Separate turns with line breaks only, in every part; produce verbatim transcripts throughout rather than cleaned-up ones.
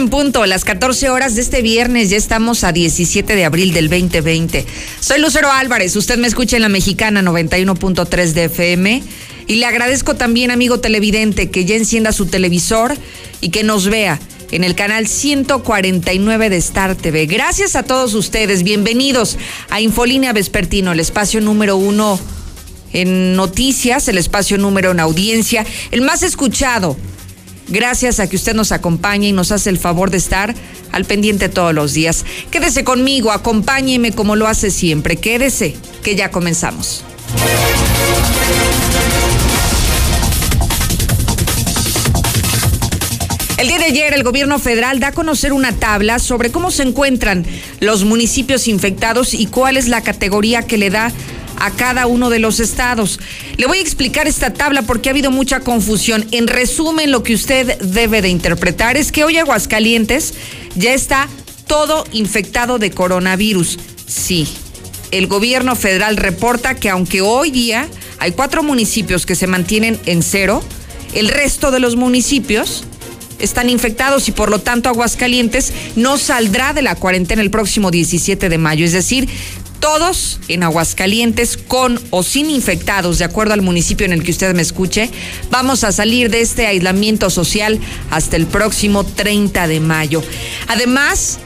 en punto, las catorce horas de este viernes, ya estamos a diecisiete de abril del veinte veinte. Soy Lucero Álvarez, usted me escucha en La Mexicana noventa y uno punto tres de F M y le agradezco también, amigo televidente, que ya encienda su televisor y que nos vea en el canal ciento cuarenta y nueve de Star T V. Gracias a todos ustedes, bienvenidos a Infolínea Vespertino, el espacio número uno en noticias, el espacio número en audiencia, el más escuchado. Gracias a que usted nos acompaña y nos hace el favor de estar al pendiente todos los días. Quédese conmigo, acompáñeme como lo hace siempre. Quédese, que ya comenzamos. El día de ayer, el gobierno federal da a conocer una tabla sobre cómo se encuentran los municipios infectados y cuál es la categoría que le da a cada uno de los estados. Le voy a explicar esta tabla porque ha habido mucha confusión. En resumen, lo que usted debe de interpretar es que hoy Aguascalientes ya está todo infectado de coronavirus. Sí, el gobierno federal reporta que aunque hoy día hay cuatro municipios que se mantienen en cero, el resto de los municipios están infectados y por lo tanto Aguascalientes no saldrá de la cuarentena el próximo diecisiete de mayo. Es decir, todos en Aguascalientes, con o sin infectados, de acuerdo al municipio en el que usted me escuche, vamos a salir de este aislamiento social hasta el próximo treinta de mayo. Además,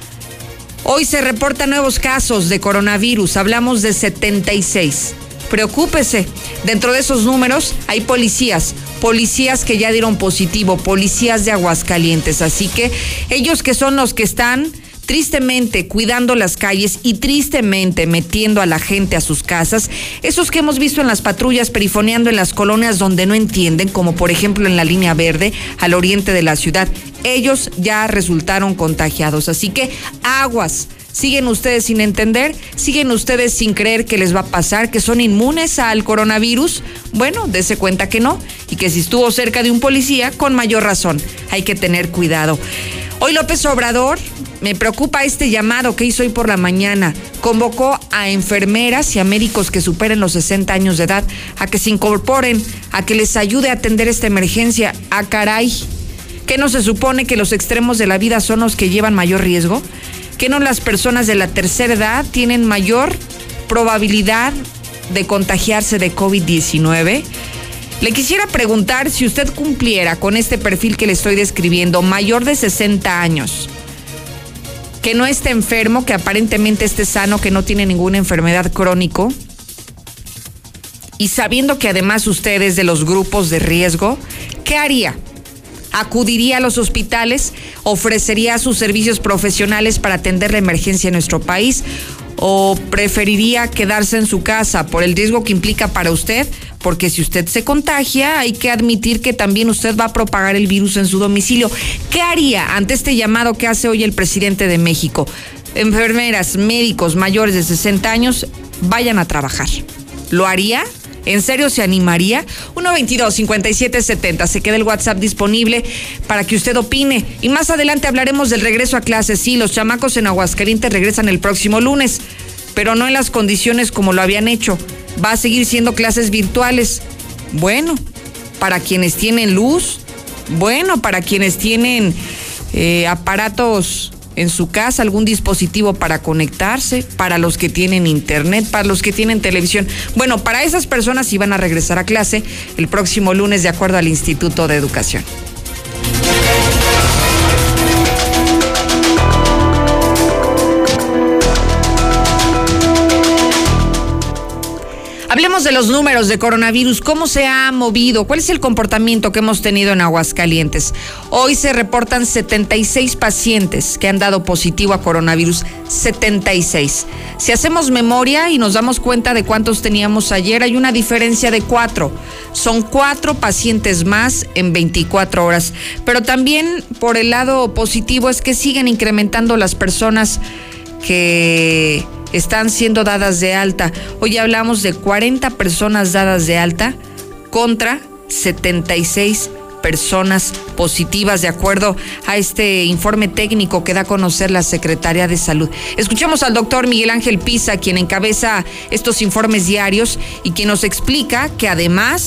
hoy se reportan nuevos casos de coronavirus, hablamos de setenta y seis. Preocúpese, dentro de esos números hay policías, policías que ya dieron positivo, policías de Aguascalientes, así que ellos que son los que están tristemente cuidando las calles y tristemente metiendo a la gente a sus casas, esos que hemos visto en las patrullas perifoneando en las colonias donde no entienden, como por ejemplo en la línea verde al oriente de la ciudad, ellos ya resultaron contagiados, así que aguas. ¿Siguen ustedes sin entender? ¿Siguen ustedes sin creer que les va a pasar? ¿Que son inmunes al coronavirus? Bueno, dése cuenta que no, y que si estuvo cerca de un policía, con mayor razón, hay que tener cuidado. Hoy López Obrador, me preocupa este llamado que hizo hoy por la mañana. Convocó a enfermeras y a médicos que superen los sesenta años de edad a que se incorporen, a que les ayude a atender esta emergencia. ¡Ah, caray! ¿Qué no se supone que los extremos de la vida son los que llevan mayor riesgo? ¿Qué no las personas de la tercera edad tienen mayor probabilidad de contagiarse de COVID diecinueve? Le quisiera preguntar si usted cumpliera con este perfil que le estoy describiendo, mayor de sesenta años, que no esté enfermo, que aparentemente esté sano, que no tiene ninguna enfermedad crónica, y sabiendo que además usted es de los grupos de riesgo, ¿qué haría? ¿Acudiría a los hospitales? ¿Ofrecería sus servicios profesionales para atender la emergencia en nuestro país? ¿O preferiría quedarse en su casa por el riesgo que implica para usted? Porque si usted se contagia, hay que admitir que también usted va a propagar el virus en su domicilio. ¿Qué haría ante este llamado que hace hoy el presidente de México? Enfermeras, médicos mayores de sesenta años, vayan a trabajar. ¿Lo haría? ¿En serio se animaría? uno veintidós cincuenta y siete setenta. Se queda el WhatsApp disponible para que usted opine. Y más adelante hablaremos del regreso a clases. Sí, los chamacos en Aguascalientes regresan el próximo lunes, pero no en las condiciones como lo habían hecho. Va a seguir siendo clases virtuales. Bueno, para quienes tienen luz, bueno, para quienes tienen eh, aparatos en su casa, algún dispositivo para conectarse, para los que tienen internet, para los que tienen televisión. Bueno, para esas personas sí van a regresar a clase el próximo lunes de acuerdo al Instituto de Educación. Hablemos de los números de coronavirus, cómo se ha movido, cuál es el comportamiento que hemos tenido en Aguascalientes. Hoy se reportan setenta y seis pacientes que han dado positivo a coronavirus, setenta y seis. Si hacemos memoria y nos damos cuenta de cuántos teníamos ayer, hay una diferencia de cuatro. Son cuatro pacientes más en veinticuatro horas. Pero también por el lado positivo es que siguen incrementando las personas que están siendo dadas de alta. Hoy hablamos de cuarenta personas dadas de alta contra setenta y seis personas positivas, de acuerdo a este informe técnico que da a conocer la Secretaría de Salud. Escuchamos al doctor Miguel Ángel Pisa, quien encabeza estos informes diarios y quien nos explica que además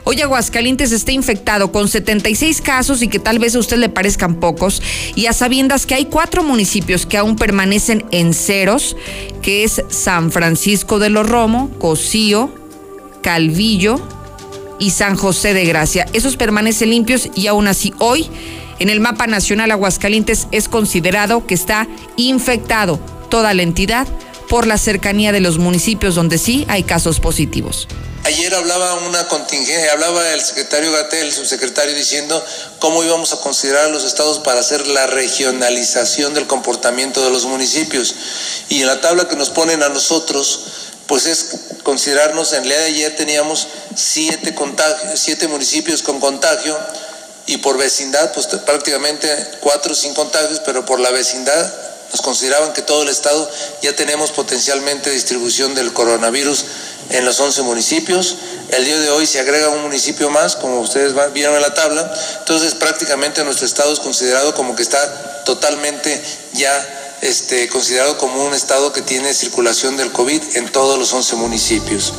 Hoy Aguascalientes está infectado con setenta y seis casos y que tal vez a usted le parezcan pocos, y a sabiendas que hay cuatro municipios que aún permanecen en ceros, que es San Francisco de los Romo, Cocío, Calvillo y San José de Gracia. Esos permanecen limpios y aún así hoy en el mapa nacional Aguascalientes es considerado que está infectado toda la entidad por la cercanía de los municipios donde sí hay casos positivos.
Ayer hablaba una contingencia, hablaba el secretario Gatell, el subsecretario, diciendo cómo íbamos a considerar a los estados para hacer la regionalización del comportamiento de los municipios. Y en la tabla que nos ponen a nosotros, pues es considerarnos, en el día de ayer teníamos siete contagios, siete municipios con contagio, y por vecindad, pues prácticamente cuatro sin contagios, pero por la vecindad nos consideraban que todo el estado ya tenemos potencialmente distribución del coronavirus en los once municipios. El día de hoy se agrega un municipio más, como ustedes vieron en la tabla, entonces prácticamente nuestro estado es considerado como que está totalmente ya este, considerado como un estado que tiene circulación del COVID en todos los once municipios.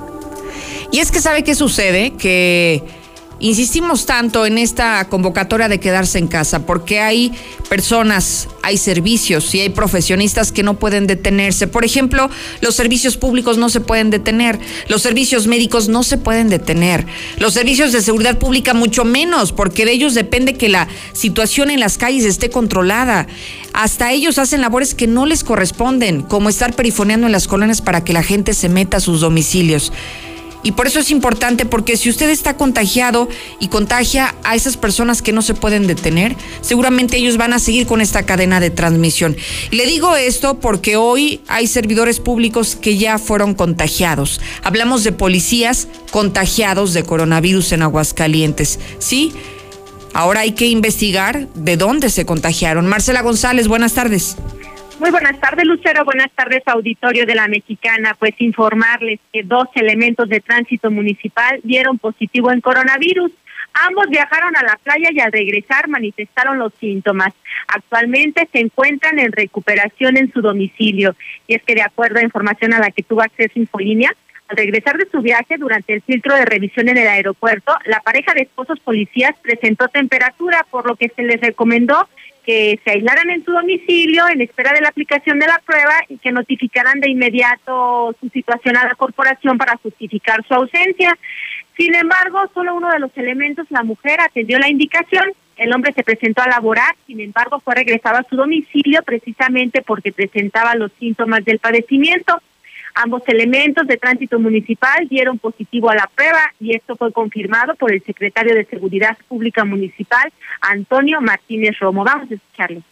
Y es que ¿sabe qué sucede? Que insistimos tanto en esta convocatoria de quedarse en casa porque hay personas, hay servicios y hay profesionistas que no pueden detenerse. Por ejemplo, los servicios públicos no se pueden detener, los servicios médicos no se pueden detener, los servicios de seguridad pública mucho menos, porque de ellos depende que la situación en las calles esté controlada. Hasta ellos hacen labores que no les corresponden, como estar perifoneando en las colonias para que la gente se meta a sus domicilios. Y por eso es importante, porque si usted está contagiado y contagia a esas personas que no se pueden detener, seguramente ellos van a seguir con esta cadena de transmisión. Y le digo esto porque hoy hay servidores públicos que ya fueron contagiados. Hablamos de policías contagiados de coronavirus en Aguascalientes, ¿sí? Ahora hay que investigar de dónde se contagiaron. Marcela González, buenas tardes.
Muy buenas tardes, Lucero. Buenas tardes, auditorio de La Mexicana. Pues informarles que dos elementos de tránsito municipal dieron positivo en coronavirus. Ambos viajaron a la playa y al regresar manifestaron los síntomas. Actualmente se encuentran en recuperación en su domicilio. Y es que de acuerdo a información a la que tuvo acceso Infolínea, al regresar de su viaje durante el filtro de revisión en el aeropuerto, la pareja de esposos policías presentó temperatura, por lo que se les recomendó que se aislaran en su domicilio en espera de la aplicación de la prueba y que notificaran de inmediato su situación a la corporación para justificar su ausencia. Sin embargo, solo uno de los elementos, la mujer, atendió la indicación. El hombre se presentó a laborar, sin embargo fue regresado a su domicilio precisamente porque presentaba los síntomas del padecimiento. Ambos elementos de tránsito municipal dieron positivo a la prueba y esto fue confirmado por el secretario de Seguridad Pública Municipal, Antonio Martínez Romo. Vamos a escucharlo.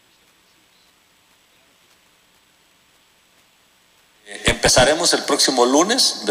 Empezaremos el próximo lunes.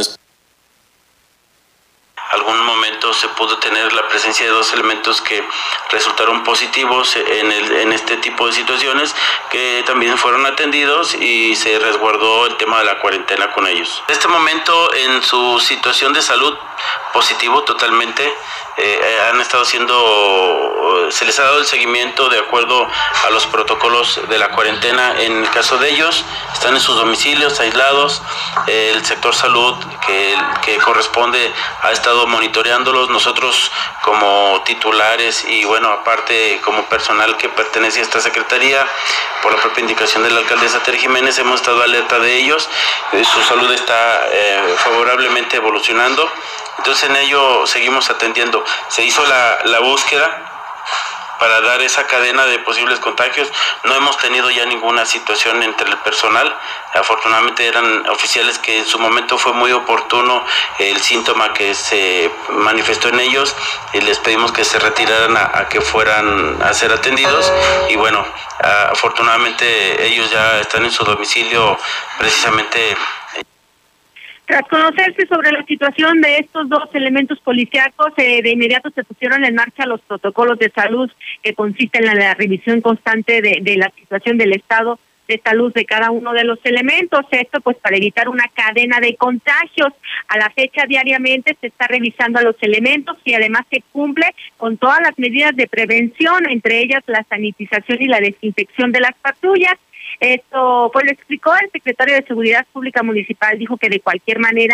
Algún momento se pudo tener la presencia de dos elementos que resultaron positivos en, el, en este tipo de situaciones, que también fueron atendidos y se resguardó el tema de la cuarentena con ellos. En este momento, en su situación de salud, positivo totalmente, eh, han estado siendo, se les ha dado el seguimiento de acuerdo a los protocolos de la cuarentena. En el caso de ellos, están en sus domicilios aislados. Eh, el sector salud que, que corresponde ha estado monitoreándolos. Nosotros como titulares y bueno, aparte como personal que pertenece a esta secretaría, por la propia indicación de la alcaldesa Tere Jiménez, hemos estado alerta de ellos. Eh, su salud está eh, favorablemente evolucionando, entonces en ello seguimos atendiendo. Se hizo la, la búsqueda para dar esa cadena de posibles contagios. No hemos tenido ya ninguna situación entre el personal. Afortunadamente eran oficiales que en su momento fue muy oportuno el síntoma que se manifestó en ellos y les pedimos que se retiraran a, a que fueran a ser atendidos y bueno, afortunadamente ellos ya están en su domicilio precisamente.
Tras conocerse sobre la situación de estos dos elementos policíacos, eh, de inmediato se pusieron en marcha los protocolos de salud que consisten en la revisión constante de, de la situación del estado de salud de cada uno de los elementos. Esto pues para evitar una cadena de contagios. A la fecha diariamente se está revisando a los elementos y además se cumple con todas las medidas de prevención, entre ellas la sanitización y la desinfección de las patrullas. Esto pues lo explicó el secretario de Seguridad Pública Municipal, dijo que de cualquier manera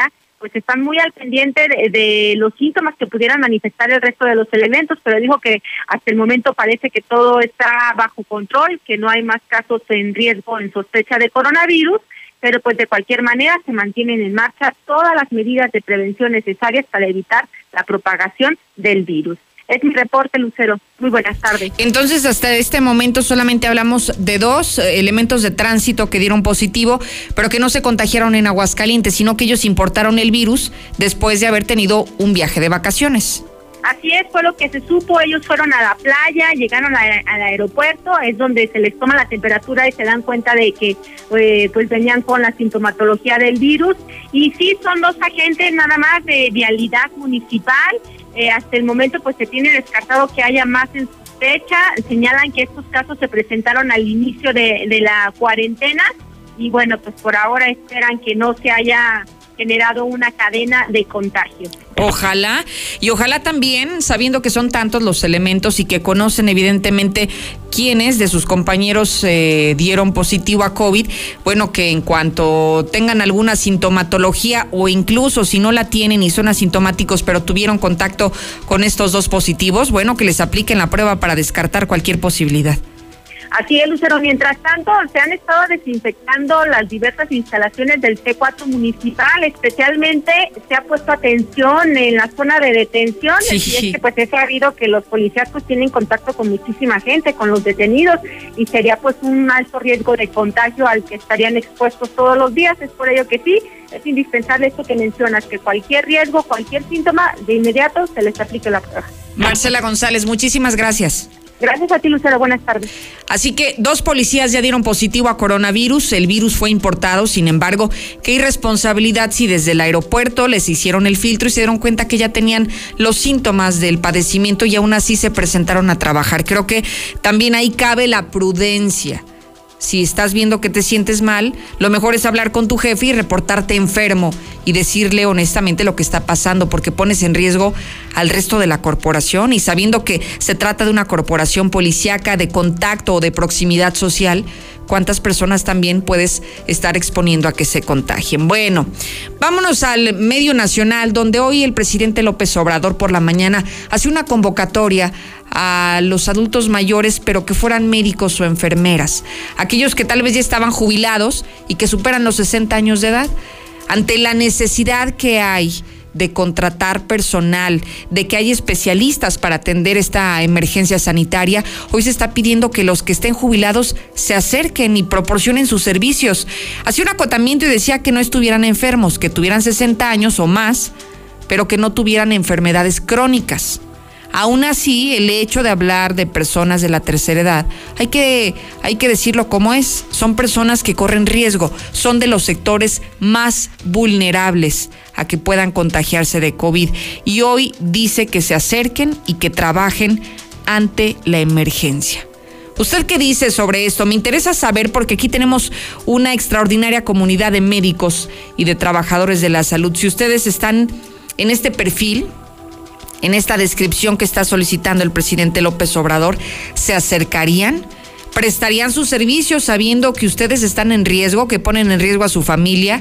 pues están muy al pendiente de, de los síntomas que pudieran manifestar el resto de los elementos, pero dijo que hasta el momento parece que todo está bajo control, que no hay más casos en riesgo en sospecha de coronavirus, pero pues de cualquier manera se mantienen en marcha todas las medidas de prevención necesarias para evitar la propagación del virus. Es mi reporte, Lucero. Muy buenas tardes.
Entonces, hasta este momento solamente hablamos de dos elementos de tránsito que dieron positivo, pero que no se contagiaron en Aguascalientes, sino que ellos importaron el virus después de haber tenido un viaje de vacaciones.
Así es, fue lo que se supo. Ellos fueron a la playa, llegaron a, al aeropuerto, es donde se les toma la temperatura y se dan cuenta de que eh, pues venían con la sintomatología del virus. Y sí, son dos agentes nada más de vialidad municipal. Eh, hasta el momento pues se tiene descartado que haya más en sospecha. Señalan que estos casos se presentaron al inicio de, de la cuarentena y bueno, pues por ahora esperan que no se haya generado una cadena de contagio.
Ojalá, y ojalá también, sabiendo que son tantos los elementos y que conocen evidentemente quiénes de sus compañeros eh, dieron positivo a COVID, bueno, que en cuanto tengan alguna sintomatología o incluso si no la tienen y son asintomáticos pero tuvieron contacto con estos dos positivos, bueno, que les apliquen la prueba para descartar cualquier posibilidad.
Así es, Lucero. Mientras tanto, se han estado desinfectando las diversas instalaciones del C cuatro municipal, especialmente se ha puesto atención en la zona de detención, sí. Y es que pues es sabido que los policías pues tienen contacto con muchísima gente, con los detenidos, y sería pues un alto riesgo de contagio al que estarían expuestos todos los días. Es por ello que sí, es indispensable esto que mencionas, que cualquier riesgo, cualquier síntoma, de inmediato se les aplique la prueba.
Marcela González, muchísimas gracias.
Gracias a ti, Lucero. Buenas tardes.
Así que dos policías ya dieron positivo a coronavirus. El virus fue importado. Sin embargo, qué irresponsabilidad si desde el aeropuerto les hicieron el filtro y se dieron cuenta que ya tenían los síntomas del padecimiento y aún así se presentaron a trabajar. Creo que también ahí cabe la prudencia. Si estás viendo que te sientes mal, lo mejor es hablar con tu jefe y reportarte enfermo y decirle honestamente lo que está pasando, porque pones en riesgo al resto de la corporación, y sabiendo que se trata de una corporación policíaca de contacto o de proximidad social, ¿cuántas personas también puedes estar exponiendo a que se contagien? Bueno, vámonos al medio nacional, donde hoy el presidente López Obrador por la mañana hace una convocatoria a los adultos mayores, pero que fueran médicos o enfermeras, aquellos que tal vez ya estaban jubilados y que superan los sesenta años de edad, ante la necesidad que hay de contratar personal, de que hay especialistas para atender esta emergencia sanitaria. Hoy se está pidiendo que los que estén jubilados se acerquen y proporcionen sus servicios. Hacía un acotamiento y decía que no estuvieran enfermos, que tuvieran sesenta años o más, pero que no tuvieran enfermedades crónicas. Aún así, el hecho de hablar de personas de la tercera edad, hay que, hay que decirlo como es, son personas que corren riesgo, son de los sectores más vulnerables a que puedan contagiarse de COVID. Y hoy dice que se acerquen y que trabajen ante la emergencia. ¿Usted qué dice sobre esto? Me interesa saber, porque aquí tenemos una extraordinaria comunidad de médicos y de trabajadores de la salud. Si ustedes están en este perfil, en esta descripción que está solicitando el presidente López Obrador, ¿se acercarían? ¿Prestarían sus servicios sabiendo que ustedes están en riesgo, que ponen en riesgo a su familia,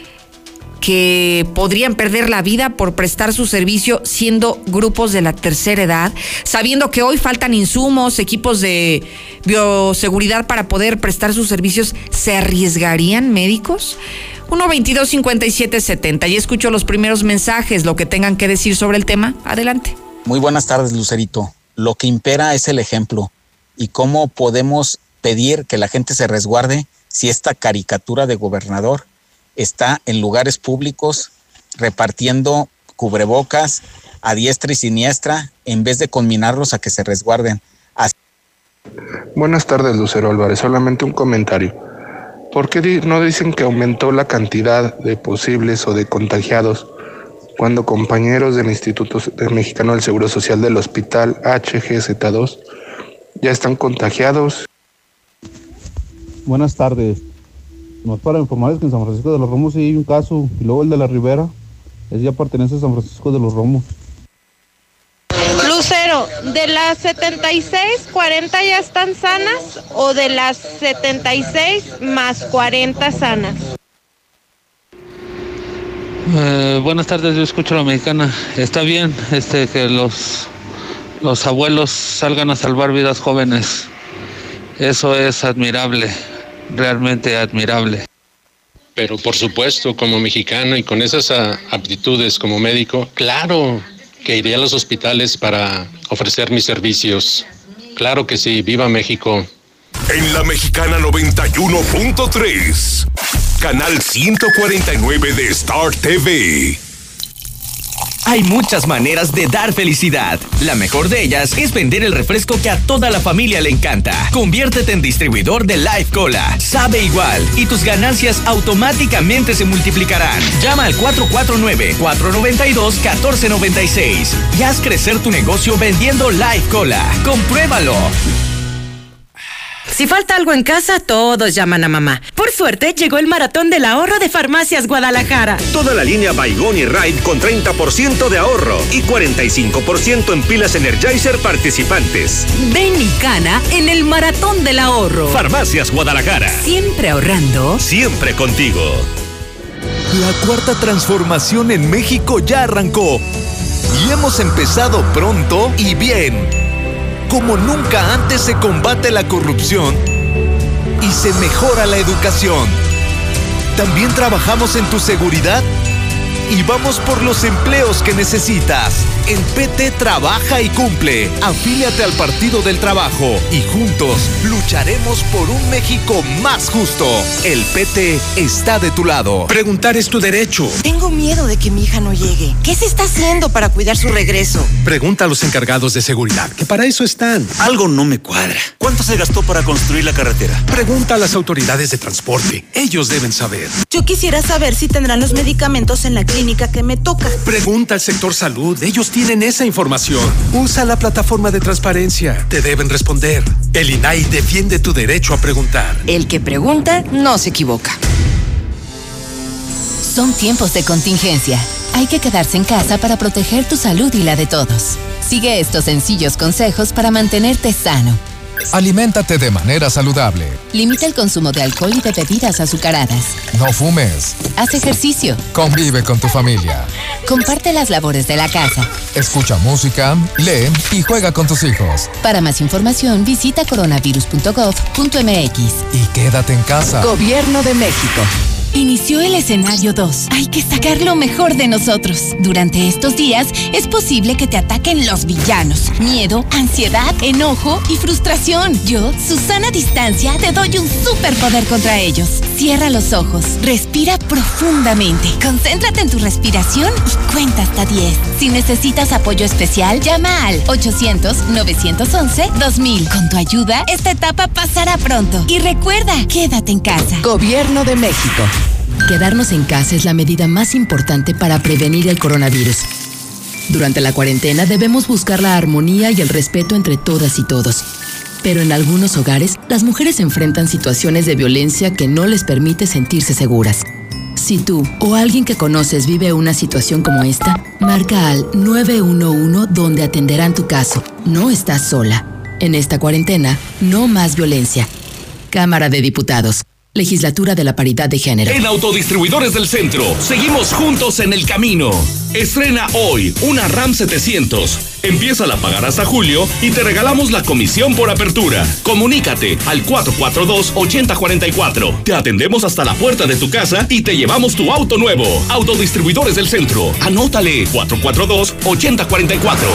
que podrían perder la vida por prestar su servicio siendo grupos de la tercera edad, sabiendo que hoy faltan insumos, equipos de bioseguridad para poder prestar sus servicios? ¿Se arriesgarían médicos? uno veintidós cincuenta y siete setenta. Y escucho los primeros mensajes, lo que tengan que decir sobre el tema. Adelante.
Muy buenas tardes, Lucerito. Lo que impera es el ejemplo. ¿Y cómo podemos pedir que la gente se resguarde si esta caricatura de gobernador está en lugares públicos repartiendo cubrebocas a diestra y siniestra en vez de conminarlos a que se resguarden? Así...
Buenas tardes, Lucero Álvarez. Solamente un comentario. ¿Por qué no dicen que aumentó la cantidad de posibles o de contagiados cuando compañeros del Instituto Mexicano del Seguro Social del Hospital H G Z dos ya están contagiados?
Buenas tardes. Nos para informarles que en San Francisco de los Romos sí hay un caso, y luego el de la Ribera, es ya pertenece a San Francisco de los Romos.
Lucero, ¿de las setenta y seis, cuarenta ya están sanas o de las setenta y seis más cuarenta sanas?
Eh, buenas tardes, yo escucho a la mexicana. Está bien este que los, los abuelos salgan a salvar vidas jóvenes. Eso es admirable, realmente admirable.
Pero por supuesto, como mexicano y con esas a, aptitudes como médico, claro que iré a los hospitales para ofrecer mis servicios. Claro que sí, viva México.
En la Mexicana noventa y uno punto tres, canal ciento cuarenta y nueve de Star T V.
Hay muchas maneras de dar felicidad. La mejor de ellas es vender el refresco que a toda la familia le encanta. Conviértete en distribuidor de Life Cola. Sabe igual y tus ganancias automáticamente se multiplicarán. Llama al cuatro cuatro nueve, cuatro nueve dos, uno cuatro nueve seis y haz crecer tu negocio vendiendo Life Cola. ¡Compruébalo!
Si falta algo en casa, todos llaman a mamá. Por suerte, llegó el maratón del ahorro de Farmacias Guadalajara.
Toda la línea Baigón y Raid con treinta por ciento de ahorro y cuarenta y cinco por ciento en pilas Energizer participantes.
Ven y gana en el maratón del ahorro.
Farmacias Guadalajara.
Siempre ahorrando.
Siempre contigo.
La cuarta transformación en México ya arrancó. Y hemos empezado pronto y bien. Como nunca antes se combate la corrupción y se mejora la educación. También trabajamos en tu seguridad y vamos por los empleos que necesitas. En P T trabaja y cumple. Afíliate al Partido del Trabajo y juntos lucharemos por un México más justo. El P T está de tu lado.
Preguntar es tu derecho.
Tengo miedo de que mi hija no llegue. ¿Qué se está haciendo para cuidar su regreso?
Pregunta a los encargados de seguridad, que para eso están.
Algo no me cuadra. ¿Cuánto se gastó para construir la carretera?
Pregunta a las autoridades de transporte. Ellos deben saber.
Yo quisiera saber si tendrán los medicamentos en la clínica que me toca.
Pregunta al sector salud. Ellos tienen esa información. Usa la plataforma de transparencia. Te deben responder. El I N A I defiende tu derecho a preguntar.
El que pregunta no se equivoca.
Son tiempos de contingencia. Hay que quedarse en casa para proteger tu salud y la de todos. Sigue estos sencillos consejos para mantenerte sano.
Aliméntate de manera saludable.
Limita el consumo de alcohol y de bebidas azucaradas.
No fumes.
Haz ejercicio.
Convive con tu familia.
Comparte las labores de la casa.
Escucha música, lee y juega con tus hijos.
Para más información, visita coronavirus punto gov punto m x.
Y quédate en casa.
Gobierno de México.
Inició el escenario dos. Hay que sacar lo mejor de nosotros. Durante estos días es posible que te ataquen los villanos. Miedo, ansiedad, enojo y frustración. Yo, Susana Distancia, te doy un superpoder contra ellos. Cierra los ojos, respira profundamente, concéntrate en tu respiración y cuenta hasta diez. Si necesitas apoyo especial, llama al ochocientos, novecientos once, dos mil. Con tu ayuda, esta etapa pasará pronto. Y recuerda, quédate en casa.
Gobierno de México.
Quedarnos en casa es la medida más importante para prevenir el coronavirus. Durante la cuarentena debemos buscar la armonía y el respeto entre todas y todos. Pero en algunos hogares, las mujeres enfrentan situaciones de violencia que no les permite sentirse seguras. Si tú o alguien que conoces vive una situación como esta, marca al nueve uno uno donde atenderán tu caso. No estás sola. En esta cuarentena, no más violencia. Cámara de Diputados. Legislatura de la Paridad de Género.
En Autodistribuidores del Centro, seguimos juntos en el camino. Estrena hoy una RAM setecientos. Empiézala a pagar hasta julio y te regalamos la comisión por apertura. Comunícate al cuatro cuatro dos, ocho cero cuatro cuatro. Te atendemos hasta la puerta de tu casa y te llevamos tu auto nuevo. Autodistribuidores del Centro. Anótale cuatro cuatro dos, ocho cero cuatro cuatro.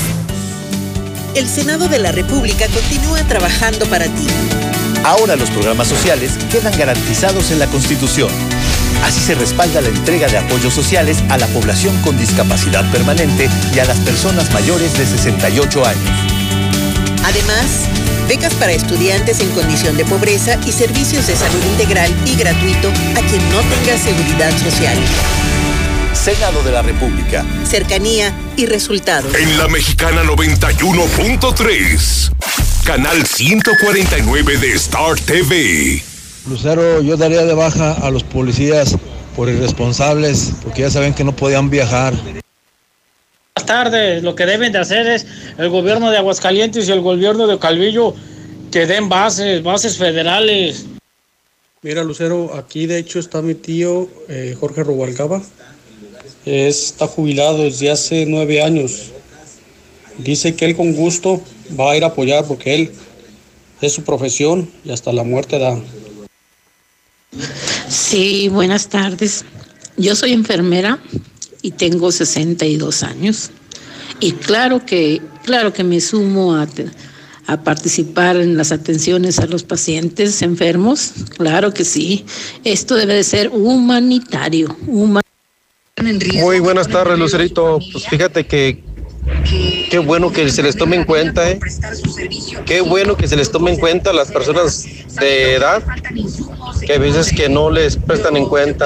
El Senado de la República continúa trabajando para ti.
Ahora los programas sociales quedan garantizados en la Constitución. Así se respalda la entrega de apoyos sociales a la población con discapacidad permanente y a las personas mayores de sesenta y ocho años.
Además, becas para estudiantes en condición de pobreza y servicios de salud integral y gratuito a quien no tenga seguridad social.
Senado de la República.
Cercanía y resultados.
En la Mexicana noventa y uno punto tres, canal ciento cuarenta y nueve de Star T V.
Lucero, yo daría de baja a los policías por irresponsables, porque ya saben que no podían viajar.
Buenas tardes, lo que deben de hacer es el gobierno de Aguascalientes y el gobierno de Calvillo que den bases, bases federales.
Mira, Lucero, aquí de hecho está mi tío eh, Jorge Rubalcaba.
Es, está jubilado desde hace nueve años. Dice que él con gusto va a ir a apoyar porque él es su profesión y hasta la muerte da.
Sí, buenas tardes. Yo soy enfermera y tengo sesenta y dos años. Y claro que, claro que me sumo a, a participar en las atenciones a los pacientes enfermos. Claro que sí. Esto debe de ser humanitario. Human-
Muy buenas tardes, Lucerito. Pues fíjate que qué bueno que se les tome en cuenta, ¿eh? Qué bueno que se les tome en cuenta a las personas de edad, que a veces que no les prestan en cuenta.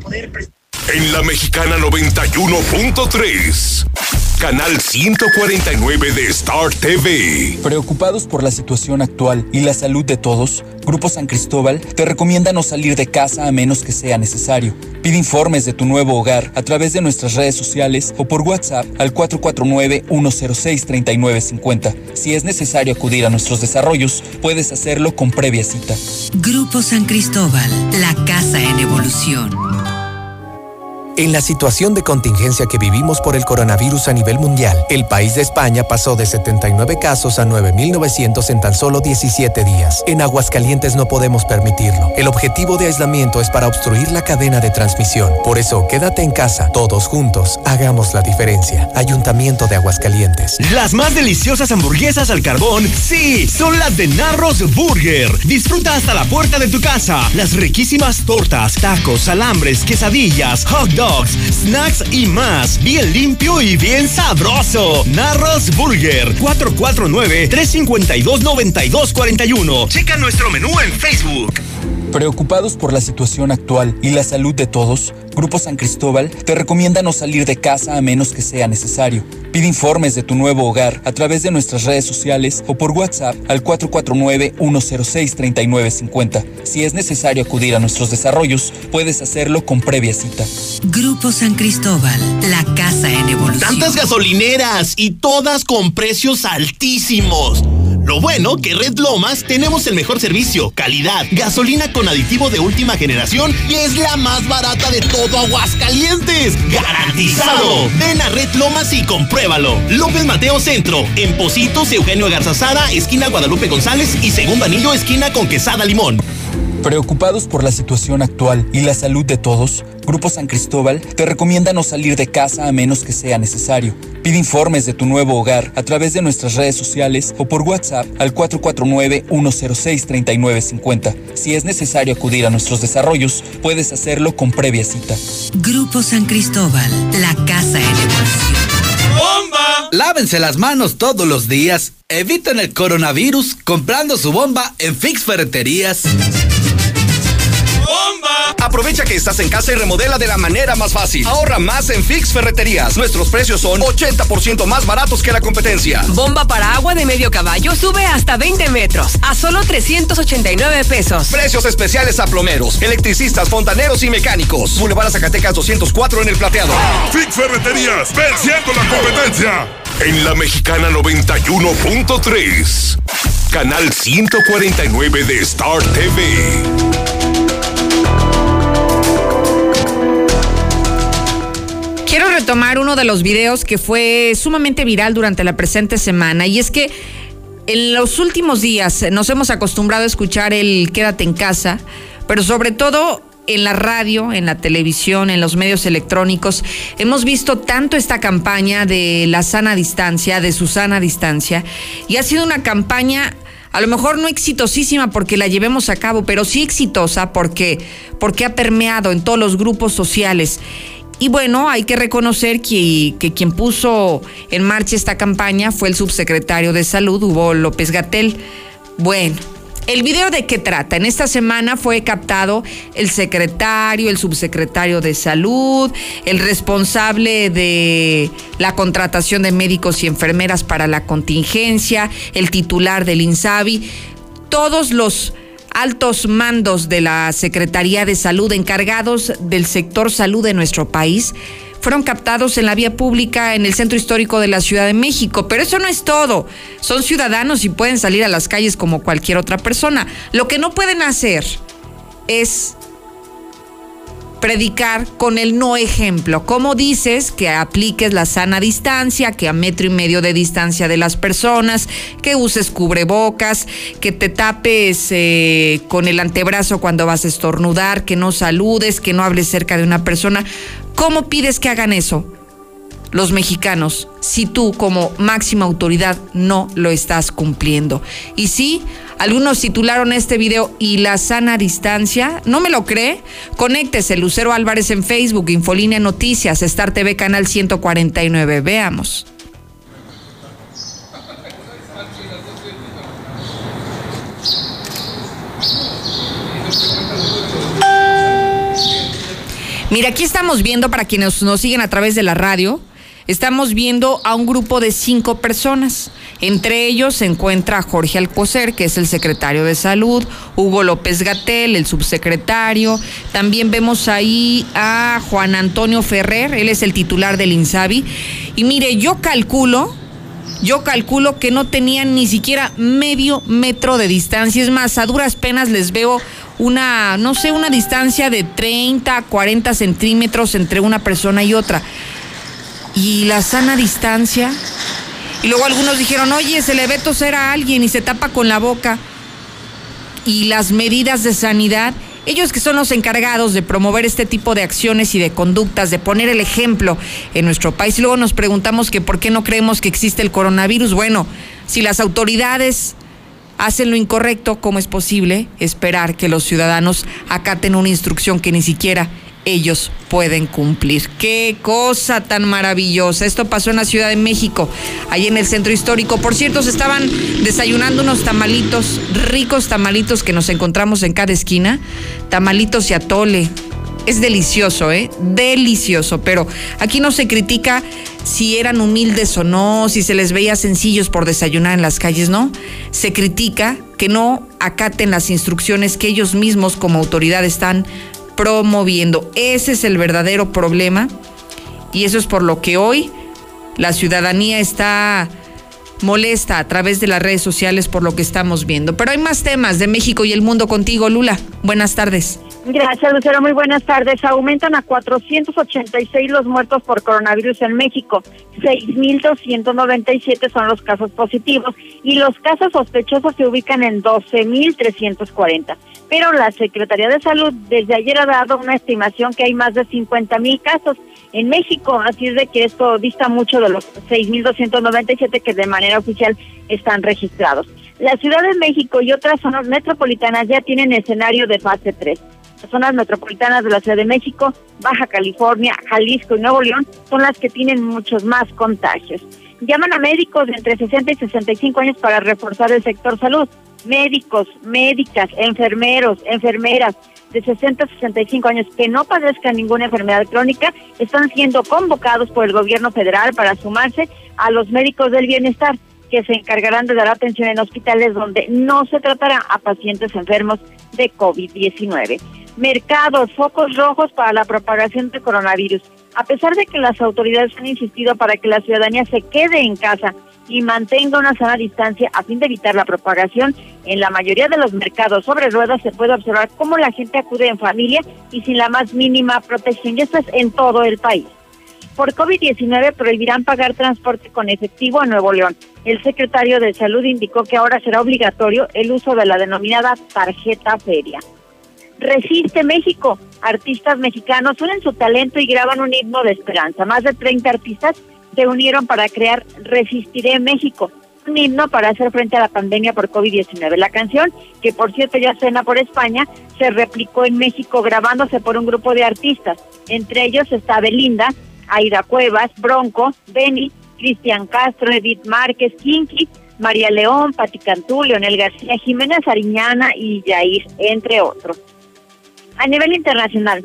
En la Mexicana noventa y uno punto tres, canal ciento cuarenta y nueve de Star T V.
Preocupados por la situación actual y la salud de todos, Grupo San Cristóbal te recomienda no salir de casa a menos que sea necesario. Pide informes de tu nuevo hogar a través de nuestras redes sociales o por WhatsApp al cuatro cuatro nueve, uno cero seis, tres nueve cinco cero. Si es necesario acudir a nuestros desarrollos, puedes hacerlo con previa cita.
Grupo San Cristóbal, la casa en evolución.
En la situación de contingencia que vivimos por el coronavirus a nivel mundial, el país de España pasó de setenta y nueve casos a nueve mil novecientos en tan solo diecisiete días. En Aguascalientes no podemos permitirlo. El objetivo de aislamiento es para obstruir la cadena de transmisión. Por eso, quédate en casa. Todos juntos, hagamos la diferencia. Ayuntamiento de Aguascalientes.
Las más deliciosas hamburguesas al carbón, sí, son las de Narros Burger. Disfruta hasta la puerta de tu casa. Las riquísimas tortas, tacos, alambres, quesadillas, hot dogs, snacks y más, bien limpio y bien sabroso. Narros Burger, cuatro cuatro nueve, tres cinco dos, nueve dos cuatro uno. Checa nuestro menú en Facebook.
Preocupados por la situación actual y la salud de todos, Grupo San Cristóbal te recomienda no salir de casa a menos que sea necesario. Pide informes de tu nuevo hogar a través de nuestras redes sociales o por WhatsApp al cuatro cuatro nueve, uno cero seis, tres nueve cinco cero. Si es necesario acudir a nuestros desarrollos, puedes hacerlo con previa cita.
Grupo San Cristóbal, la casa en evolución.
Tantas gasolineras y todas con precios altísimos. Lo bueno que Red Lomas tenemos el mejor servicio, calidad, gasolina con aditivo de última generación y es la más barata de todo Aguascalientes. ¡Garantizado! Ven a Red Lomas y compruébalo. López Mateo Centro, en Pocitos, Eugenio Garzazada, esquina Guadalupe González y Segundo Anillo, esquina con Quesada Limón.
Preocupados por la situación actual y la salud de todos, Grupo San Cristóbal te recomienda no salir de casa a menos que sea necesario. Pide informes de tu nuevo hogar a través de nuestras redes sociales o por WhatsApp al cuatro cuatro nueve, uno cero seis, tres nueve cinco cero. Si es necesario acudir a nuestros desarrollos, puedes hacerlo con previa cita.
Grupo San Cristóbal, la casa en evolución.
¡Bomba! Lávense las manos todos los días. Eviten el coronavirus comprando su bomba en Fix Ferreterías.
¡Bomba! Aprovecha que estás en casa y remodela de la manera más fácil. Ahorra más en Fix Ferreterías. Nuestros precios son ochenta por ciento más baratos que la competencia.
Bomba para agua de medio caballo sube hasta veinte metros a solo trescientos ochenta y nueve pesos.
Precios especiales a plomeros, electricistas, fontaneros y mecánicos. Boulevard Zacatecas doscientos cuatro en El Plateado.
Fix Ferreterías, venciendo la competencia. En la Mexicana noventa y uno punto tres, canal ciento cuarenta y nueve de Star T V.
Quiero retomar uno de los videos que fue sumamente viral durante la presente semana, y es que en los últimos días nos hemos acostumbrado a escuchar el quédate en casa, pero sobre todo en la radio, en la televisión, en los medios electrónicos, hemos visto tanto esta campaña de la sana distancia, de su sana distancia, y ha sido una campaña a lo mejor no exitosísima porque la llevemos a cabo, pero sí exitosa porque, porque ha permeado en todos los grupos sociales. Y bueno, hay que reconocer que, que quien puso en marcha esta campaña fue el subsecretario de Salud, Hugo López-Gatell. Bueno, ¿el video de qué trata? En esta semana fue captado el secretario, el subsecretario de Salud, el responsable de la contratación de médicos y enfermeras para la contingencia, el titular del INSABI, todos los altos mandos de la Secretaría de Salud encargados del sector salud de nuestro país fueron captados en la vía pública en el centro histórico de la Ciudad de México. Pero eso no es todo. Son ciudadanos y pueden salir a las calles como cualquier otra persona. Lo que no pueden hacer es predicar con el no ejemplo. ¿Cómo dices que apliques la sana distancia, que a metro y medio de distancia de las personas, que uses cubrebocas, que te tapes eh, con el antebrazo cuando vas a estornudar, que no saludes, que no hables cerca de una persona? ¿Cómo pides que hagan eso los mexicanos si tú como máxima autoridad no lo estás cumpliendo? Y sí, algunos titularon este video "y la sana distancia". ¿No me lo cree? Conéctese, Lucero Álvarez en Facebook, Infolínea Noticias, Star T V Canal ciento cuarenta y nueve. Veamos. Mira, aquí estamos viendo, para quienes nos siguen a través de la radio, estamos viendo a un grupo de cinco personas. Entre ellos se encuentra Jorge Alcocer, que es el secretario de Salud, Hugo López-Gatell, el subsecretario. También vemos ahí a Juan Antonio Ferrer, él es el titular del INSABI. Y mire, yo calculo, yo calculo que no tenían ni siquiera medio metro de distancia. Es más, a duras penas les veo una, no sé, una distancia de treinta, cuarenta centímetros entre una persona y otra. Y la sana distancia. Y luego algunos dijeron, oye, se le ve toser a alguien y se tapa con la boca. Y las medidas de sanidad, ellos que son los encargados de promover este tipo de acciones y de conductas, de poner el ejemplo en nuestro país. Y luego nos preguntamos que por qué no creemos que existe el coronavirus. Bueno, si las autoridades hacen lo incorrecto, ¿cómo es posible esperar que los ciudadanos acaten una instrucción que ni siquiera ellos pueden cumplir? ¡Qué cosa tan maravillosa! Esto pasó en la Ciudad de México, ahí en el centro histórico. Por cierto, se estaban desayunando unos tamalitos, ricos tamalitos que nos encontramos en cada esquina, tamalitos y atole. Es delicioso, ¿eh? Delicioso, pero aquí no se critica si eran humildes o no, si se les veía sencillos por desayunar en las calles, ¿no? Se critica que no acaten las instrucciones que ellos mismos como autoridad están promoviendo. Ese es el verdadero problema, y eso es por lo que hoy la ciudadanía está molesta a través de las redes sociales por lo que estamos viendo. Pero hay más temas de México y el mundo contigo, Lula. Buenas tardes.
Gracias, Lucero. Muy buenas tardes. Aumentan a cuatrocientos ochenta y seis los muertos por coronavirus en México. seis mil doscientos noventa y siete son los casos positivos y los casos sospechosos se ubican en doce mil trescientos cuarenta. Pero la Secretaría de Salud desde ayer ha dado una estimación que hay más de cincuenta mil casos en México, así es de que esto dista mucho de los seis mil doscientos noventa y siete que de manera oficial están registrados. La Ciudad de México y otras zonas metropolitanas ya tienen escenario de fase tres. Las zonas metropolitanas de la Ciudad de México, Baja California, Jalisco y Nuevo León son las que tienen muchos más contagios. Llaman a médicos de entre sesenta y sesenta y cinco años para reforzar el sector salud. Médicos, médicas, enfermeros, enfermeras de sesenta a sesenta y cinco años que no padezcan ninguna enfermedad crónica están siendo convocados por el gobierno federal para sumarse a los médicos del bienestar, que se encargarán de dar atención en hospitales donde no se tratará a pacientes enfermos de COVID diecinueve. Mercados, focos rojos para la propagación del coronavirus. A pesar de que las autoridades han insistido para que la ciudadanía se quede en casa y mantenga una sana distancia a fin de evitar la propagación, en la mayoría de los mercados sobre ruedas se puede observar cómo la gente acude en familia y sin la más mínima protección, y esto es en todo el país. Por COVID diecinueve prohibirán pagar transporte con efectivo en Nuevo León. El secretario de Salud indicó que ahora será obligatorio el uso de la denominada tarjeta feria. Resiste México. Artistas mexicanos unen su talento y graban un himno de esperanza. Más de treinta artistas se unieron para crear Resistiré México, un himno para hacer frente a la pandemia por COVID diecinueve. La canción, que por cierto ya suena por España, se replicó en México grabándose por un grupo de artistas. Entre ellos está Belinda, Aida Cuevas, Bronco, Benny, Cristian Castro, Edith Márquez, Kinky, María León, Pati Cantú, Leonel García, Jimena Sariñana y Yair, entre otros. A nivel internacional,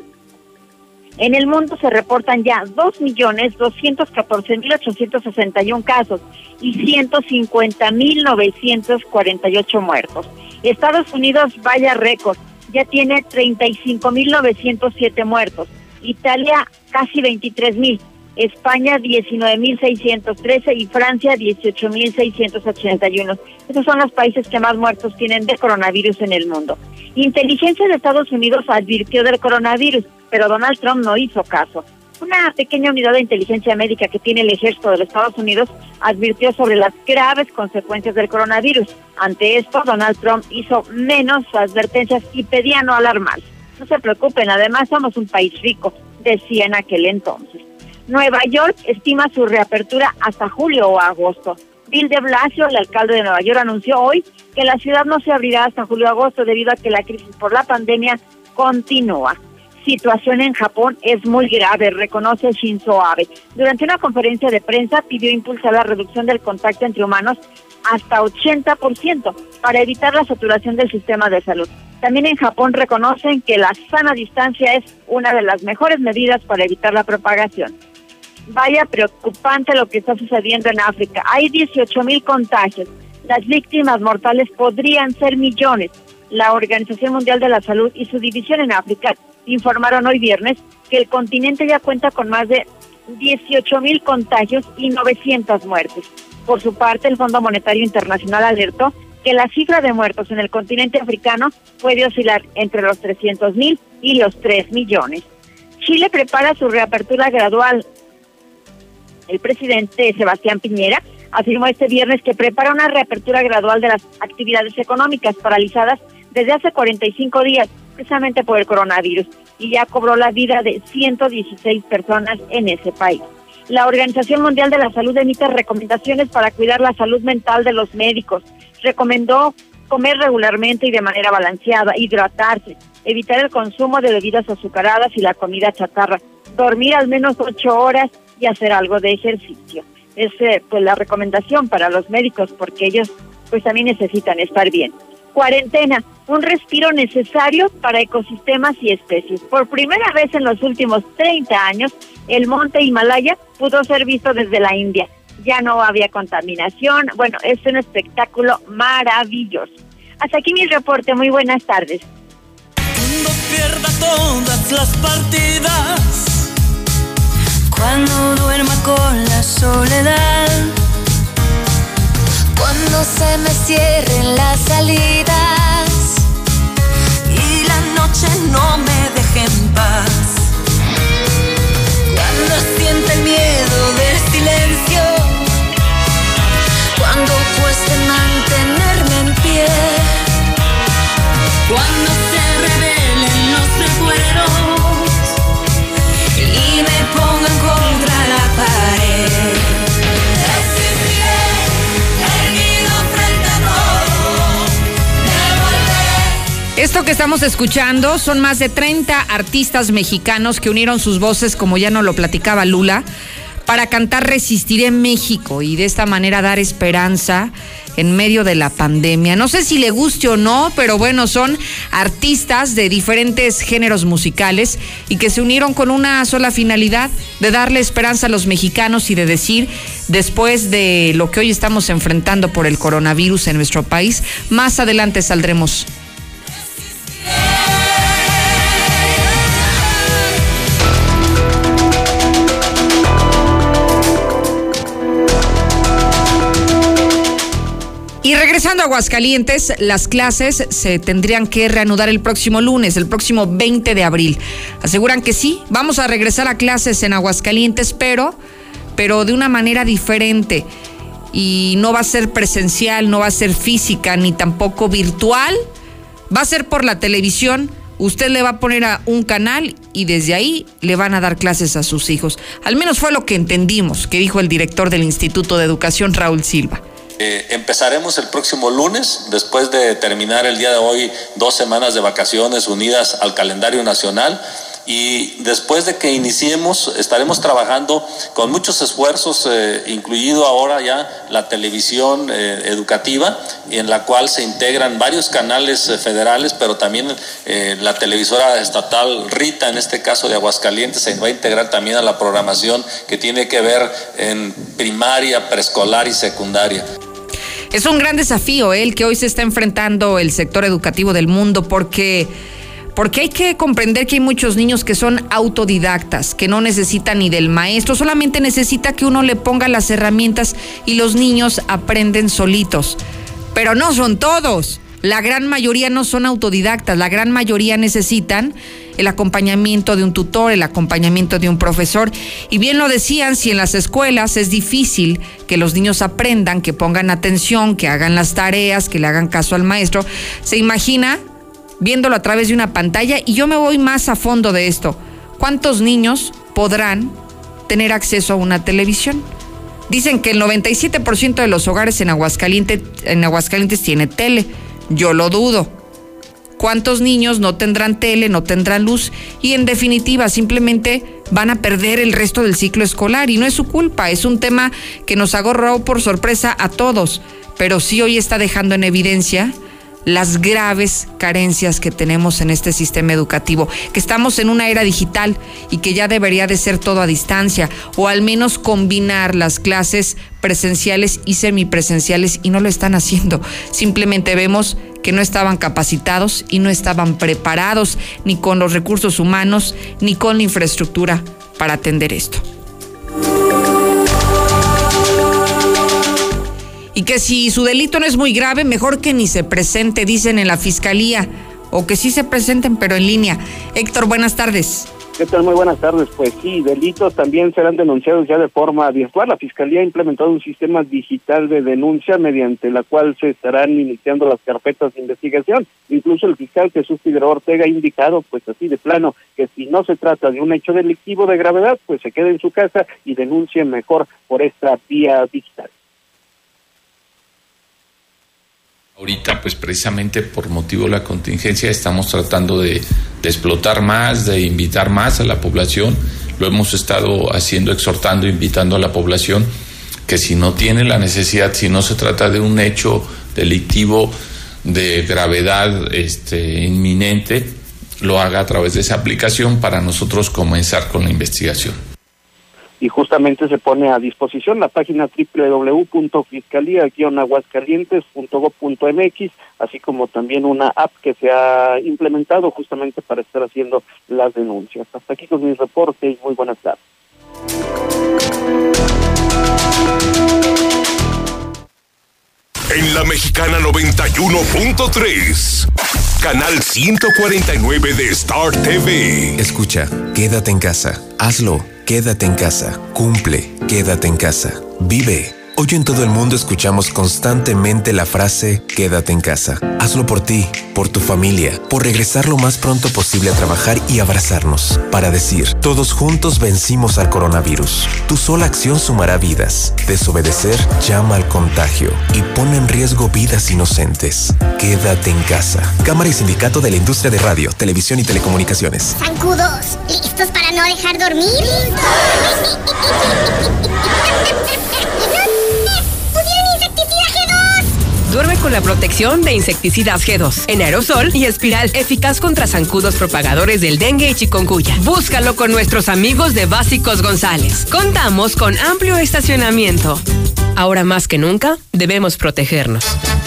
en el mundo se reportan ya dos millones doscientos catorce mil ochocientos sesenta y uno casos y ciento cincuenta mil novecientos cuarenta y ocho muertos. Estados Unidos, vaya récord, ya tiene treinta y cinco mil novecientos siete muertos. Italia, casi veintitrés mil. España, diecinueve mil seiscientos trece y Francia, dieciocho mil seiscientos ochenta y uno. Esos son los países que más muertos tienen de coronavirus en el mundo. Inteligencia de Estados Unidos advirtió del coronavirus. pero Donald Trump no hizo caso. Una pequeña unidad de inteligencia médica que tiene el ejército de los Estados Unidos advirtió sobre las graves consecuencias del coronavirus. Ante esto, Donald Trump hizo menos advertencias y pedía no alarmarse. No se preocupen, además somos un país rico, decía en aquel entonces. Nueva York estima su reapertura hasta julio o agosto. Bill de Blasio, el alcalde de Nueva York, anunció hoy que la ciudad no se abrirá hasta julio o agosto debido a que la crisis por la pandemia continúa. Situación en Japón es muy grave, reconoce Shinzo Abe. Durante una conferencia de prensa pidió impulsar la reducción del contacto entre humanos hasta ochenta por ciento para evitar la saturación del sistema de salud. También en Japón reconocen que la sana distancia es una de las mejores medidas para evitar la propagación. Vaya preocupante lo que está sucediendo en África. Hay dieciocho mil contagios. Las víctimas mortales podrían ser millones. La Organización Mundial de la Salud y su división en África informaron hoy viernes que el continente ya cuenta con más de dieciocho mil contagios y novecientas muertes. Por su parte, el Fondo Monetario Internacional alertó que la cifra de muertos en el continente africano puede oscilar entre los trescientos mil y los tres millones. Chile prepara su reapertura gradual. El presidente Sebastián Piñera afirmó este viernes que prepara una reapertura gradual de las actividades económicas paralizadas desde hace cuarenta y cinco días, precisamente por el coronavirus, y ya cobró la vida de ciento dieciséis personas en ese país. La Organización Mundial de la Salud emite recomendaciones para cuidar la salud mental de los médicos. Recomendó comer regularmente y de manera balanceada, hidratarse, evitar el consumo de bebidas azucaradas y la comida chatarra, dormir al menos ocho horas y hacer algo de ejercicio. Es eh, pues la recomendación para los médicos porque ellos pues también necesitan estar bien. Cuarentena, un respiro necesario para ecosistemas y especies. Por primera vez en los últimos treinta años, el monte Himalaya pudo ser visto desde la India. Ya no había contaminación. Bueno, es un espectáculo maravilloso. Hasta aquí mi reporte. Muy buenas tardes.
Cuando pierda todas las partidas, cuando duerma con la soledad, cuando se me cierren las salidas y la noche no me deje en paz, cuando sienta el miedo del silencio, cuando cueste mantenerme en pie, cuando se revelen los recuerdos y me pongan contra la pared.
Esto que estamos escuchando son más de treinta artistas mexicanos que unieron sus voces, como ya nos lo platicaba Lula, para cantar Resistiré México y de esta manera dar esperanza en medio de la pandemia. No sé si le guste o no, pero bueno, son artistas de diferentes géneros musicales y que se unieron con una sola finalidad, de darle esperanza a los mexicanos y de decir, después de lo que hoy estamos enfrentando por el coronavirus en nuestro país, más adelante saldremos. Y regresando a Aguascalientes, las clases se tendrían que reanudar el próximo lunes, el próximo veinte de abril. Aseguran que sí, vamos a regresar a clases en Aguascalientes, pero, pero de una manera diferente. Y no va a ser presencial, no va a ser física, ni tampoco virtual. Va a ser por la televisión. Usted le va a poner a un canal y desde ahí le van a dar clases a sus hijos. Al menos fue lo que entendimos, que dijo el director del Instituto de Educación, Raúl Silva.
Eh, empezaremos el próximo lunes, después de terminar el día de hoy dos semanas de vacaciones unidas al calendario nacional, y después de que iniciemos estaremos trabajando con muchos esfuerzos, eh, incluido ahora ya la televisión eh, educativa, en la cual se integran varios canales eh, federales, pero también eh, la televisora estatal Rita, en este caso de Aguascalientes, se va a integrar también a la programación que tiene que ver en primaria, preescolar y secundaria.
Es un gran desafío ¿eh? el que hoy se está enfrentando el sector educativo del mundo, porque, porque hay que comprender que hay muchos niños que son autodidactas, que no necesitan ni del maestro, solamente necesita que uno le ponga las herramientas y los niños aprenden solitos. Pero no son todos, la gran mayoría no son autodidactas, la gran mayoría necesitan el acompañamiento de un tutor, el acompañamiento de un profesor. Y bien lo decían, si en las escuelas es difícil que los niños aprendan, que pongan atención, que hagan las tareas, que le hagan caso al maestro, se imagina viéndolo a través de una pantalla. Y yo me voy más a fondo de esto. ¿Cuántos niños podrán tener acceso a una televisión? Dicen que el noventa y siete por ciento de los hogares en Aguascalientes, en Aguascalientes tiene tele. Yo lo dudo. ¿Cuántos niños no tendrán tele, no tendrán luz? Y en definitiva, simplemente van a perder el resto del ciclo escolar. Y no es su culpa, es un tema que nos agarró por sorpresa a todos. Pero sí hoy está dejando en evidencia las graves carencias que tenemos en este sistema educativo, que estamos en una era digital y que ya debería de ser todo a distancia, o al menos combinar las clases presenciales y semipresenciales, y no lo están haciendo. Simplemente vemos que no estaban capacitados y no estaban preparados ni con los recursos humanos ni con la infraestructura para atender esto. Y que si su delito no es muy grave, mejor que ni se presente, dicen en la fiscalía, o que sí se presenten, pero en línea. Héctor, buenas tardes.
¿Qué tal? Muy buenas tardes. Pues sí, delitos también serán denunciados ya de forma virtual. La Fiscalía ha implementado un sistema digital de denuncia mediante la cual se estarán iniciando las carpetas de investigación. Incluso el fiscal Jesús Figueroa Ortega ha indicado, pues así de plano, que si no se trata de un hecho delictivo de gravedad, pues se quede en su casa y denuncie mejor por esta vía digital.
Ahorita, pues precisamente por motivo de la contingencia, estamos tratando de, de explotar más, de invitar más a la población. Lo hemos estado haciendo, exhortando, invitando a la población que si no tiene la necesidad, si no se trata de un hecho delictivo de gravedad este, inminente, lo haga a través de esa aplicación para nosotros comenzar con la investigación.
Y justamente se pone a disposición la página doble u doble u doble u punto fiscalía guion aguascalientes punto gob punto eme equis, así como también una app que se ha implementado justamente para estar haciendo las denuncias. Hasta aquí con mi reporte y muy buenas tardes.
En la Mexicana noventa y uno punto tres, canal ciento cuarenta y nueve de Star T V.
Escucha, quédate en casa, hazlo, quédate en casa, cumple, quédate en casa, vive. Hoy en todo el mundo escuchamos constantemente la frase quédate en casa. Hazlo por ti, por tu familia, por regresar lo más pronto posible a trabajar y abrazarnos, para decir, todos juntos vencimos al coronavirus. Tu sola acción sumará vidas. Desobedecer llama al contagio y pone en riesgo vidas inocentes. Quédate en casa. Cámara y Sindicato de la Industria de Radio, Televisión y Telecomunicaciones.
Zancudos, ¿listos para no dejar dormir?
Duerme con la protección de insecticidas G dos, en aerosol y espiral, eficaz contra zancudos propagadores del dengue y chikungunya. Búscalo con nuestros amigos de Básicos González. Contamos con amplio estacionamiento. Ahora más que nunca, debemos protegernos.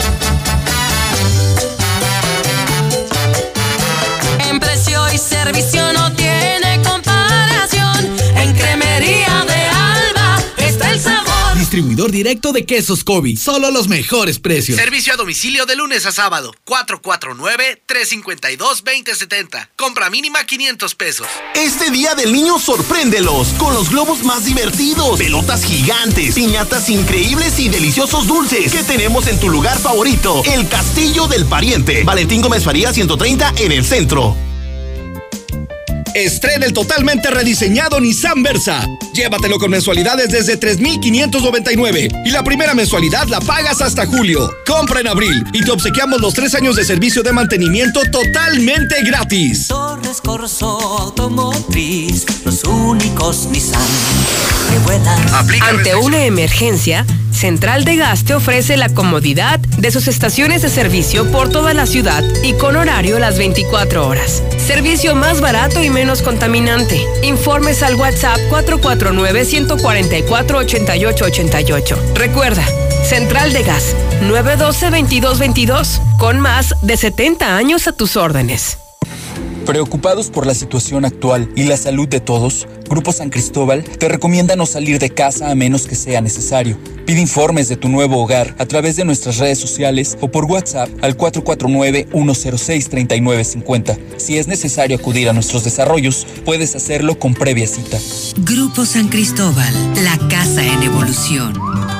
En precio y servicio no tiene comparación. En Cremería de Alba está el sabor.
Distribuidor directo de quesos Kobe. Solo los mejores precios.
Servicio a domicilio de lunes a sábado. cuatro cuatro nueve, tres cinco dos, dos cero siete cero. Compra mínima quinientos pesos. Este día del niño sorpréndelos con los globos más divertidos, pelotas gigantes, piñatas increíbles y deliciosos dulces que tenemos en tu lugar favorito, el Castillo del Pariente. Valentín Gómez Farías ciento treinta en el centro.
Estrena el totalmente rediseñado Nissan Versa. Llévatelo con mensualidades desde tres mil quinientos noventa y nueve y la primera mensualidad la pagas hasta julio. Compra en abril y te obsequiamos los tres años de servicio de mantenimiento totalmente gratis.
Torres Corso Automotriz, los únicos Nissan que vuelan.
Ante una emergencia, Central de Gas te ofrece la comodidad de sus estaciones de servicio por toda la ciudad y con horario las veinticuatro horas. Servicio más barato y menos contaminante. Informes al WhatsApp cuatro cuatro nueve, uno cuatro cuatro, ocho ocho ocho ocho. Recuerda, Central de Gas, nueve uno dos, dos dos dos dos, con más de setenta años a tus órdenes.
Preocupados por la situación actual y la salud de todos, Grupo San Cristóbal te recomienda no salir de casa a menos que sea necesario. Pide informes de tu nuevo hogar a través de nuestras redes sociales o por WhatsApp al cuatro cuatro nueve, uno cero seis, tres nueve cinco cero. Si es necesario acudir a nuestros desarrollos, puedes hacerlo con previa cita.
Grupo San Cristóbal, la casa en evolución.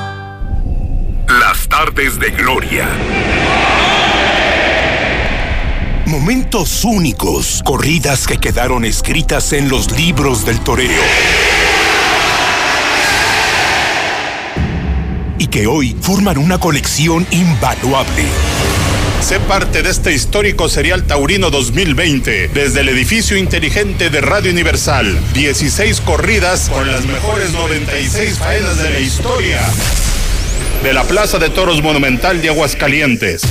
Las tardes de gloria. Momentos únicos, corridas que quedaron escritas en los libros del toreo. Y que hoy forman una colección invaluable.
Sé parte de este histórico serial taurino dos mil veinte, desde el edificio inteligente de Radio Universal. dieciséis corridas con las mejores noventa y seis faenas de la historia. De la Plaza de Toros Monumental de Aguascalientes.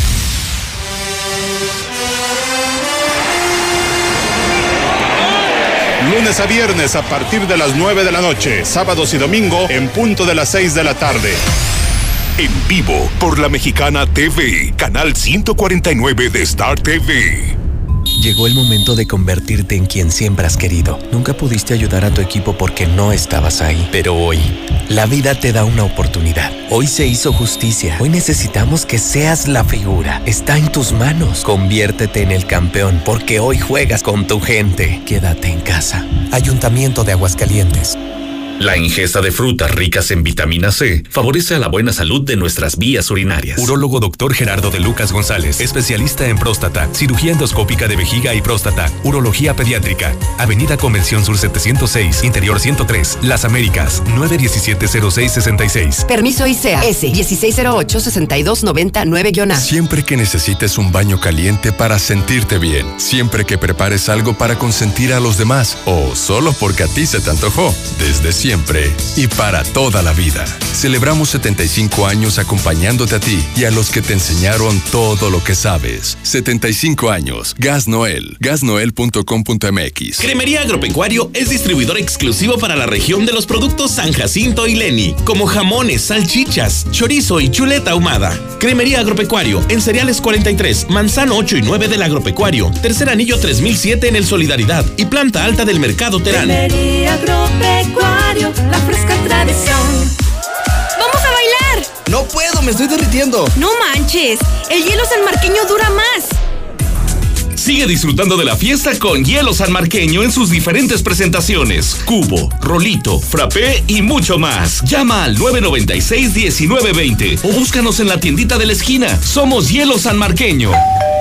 Lunes a viernes a partir de las nueve de la noche, sábados y domingo en punto de las seis de la tarde.
En vivo por La Mexicana T V, canal ciento cuarenta y nueve de Star T V.
Llegó el momento de convertirte en quien siempre has querido. Nunca pudiste ayudar a tu equipo porque no estabas ahí. Pero hoy, la vida te da una oportunidad. Hoy se hizo justicia. Hoy necesitamos que seas la figura. Está en tus manos. Conviértete en el campeón porque hoy juegas con tu gente. Quédate en casa. Ayuntamiento de Aguascalientes.
La ingesta de frutas ricas en vitamina C favorece a la buena salud de nuestras vías urinarias.
Urólogo doctor Gerardo de Lucas González, especialista en próstata, cirugía endoscópica de vejiga y próstata, urología pediátrica. Avenida Convención Sur setecientos seis, Interior ciento tres, Las Américas, nueve diecisiete cero seis sesenta y seis.
Permiso I C E A S dieciséis cero ocho, sesenta y dos noventa nueve A.
Siempre que necesites un baño caliente para sentirte bien, siempre que prepares algo para consentir a los demás o solo porque a ti se te antojó, desde siempre. Siempre y para toda la vida. Celebramos setenta y cinco años acompañándote a ti y a los que te enseñaron todo lo que sabes. setenta y cinco años. Gas Noel. gas noel punto com punto m x.
Cremería Agropecuario es distribuidor exclusivo para la región de los productos San Jacinto y Leni, como jamones, salchichas, chorizo y chuleta ahumada. Cremería Agropecuario en Cereales cuarenta y tres, Manzano ocho y nueve del Agropecuario, Tercer Anillo tres mil siete en el Solidaridad y Planta Alta del Mercado Terán.
Cremería Agropecuario, la fresca tradición.
¡Vamos a bailar!
No puedo, me estoy derritiendo.
No manches, el hielo sanmarqueño dura más.
Sigue disfrutando de la fiesta con Hielo Sanmarqueño en sus diferentes presentaciones: cubo, rolito, frappé y mucho más. Llama al nueve noventa y seis, diecinueve veinte o búscanos en la tiendita de la esquina. Somos Hielo Sanmarqueño.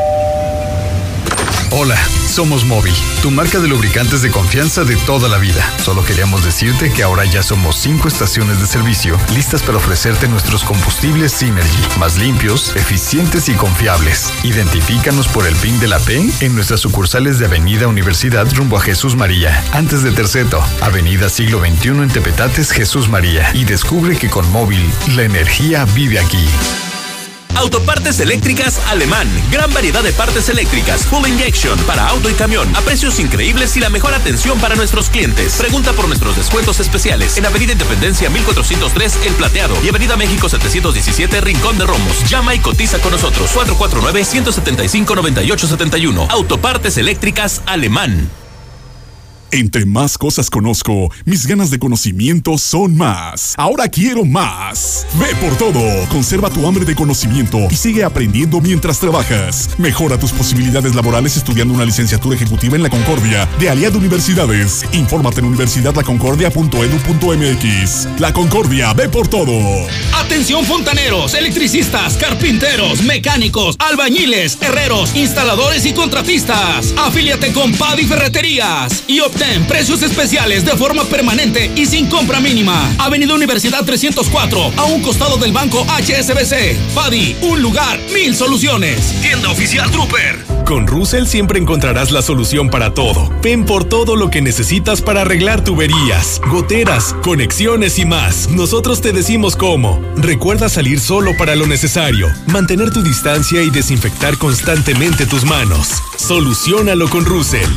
Hola, somos Móvil, tu marca de lubricantes de confianza de toda la vida. Solo queríamos decirte que ahora ya somos cinco estaciones de servicio listas para ofrecerte nuestros combustibles Synergy, más limpios, eficientes y confiables. Identifícanos por el PIN de la P en nuestras sucursales de Avenida Universidad rumbo a Jesús María, antes de Terceto, Avenida Siglo veintiuno en Tepetates, Jesús María, y descubre que con Móvil la energía vive aquí.
Autopartes Eléctricas Alemán. Gran variedad de partes eléctricas, full injection para auto y camión, a precios increíbles y la mejor atención para nuestros clientes. Pregunta por nuestros descuentos especiales en Avenida Independencia mil cuatrocientos tres El Plateado y Avenida México setecientos diecisiete Rincón de Romos. Llama y cotiza con nosotros. cuatro cuatro nueve, uno siete cinco, nueve ocho siete uno. Autopartes Eléctricas Alemán.
Entre más cosas conozco, mis ganas de conocimiento son más. Ahora quiero más. Ve por todo. Conserva tu hambre de conocimiento y sigue aprendiendo mientras trabajas. Mejora tus posibilidades laborales estudiando una licenciatura ejecutiva en La Concordia de Aliado Universidades. Infórmate en universidad la concordia punto edu punto m x. La Concordia, ve por todo.
Atención fontaneros, electricistas, carpinteros, mecánicos, albañiles, herreros, instaladores y contratistas. Afíliate con Padi Ferreterías y obtén precios especiales de forma permanente y sin compra mínima. Avenida Universidad trescientos cuatro, a un costado del Banco H S B C. Padi, un lugar, mil soluciones. Tienda oficial Trooper.
Con Russell siempre encontrarás la solución para todo. Ven por todo lo que necesitas para arreglar tuberías, goteras, conexiones y más. Nosotros te decimos cómo. Recuerda salir solo para lo necesario, mantener tu distancia y desinfectar constantemente tus manos. Soluciónalo con Russell.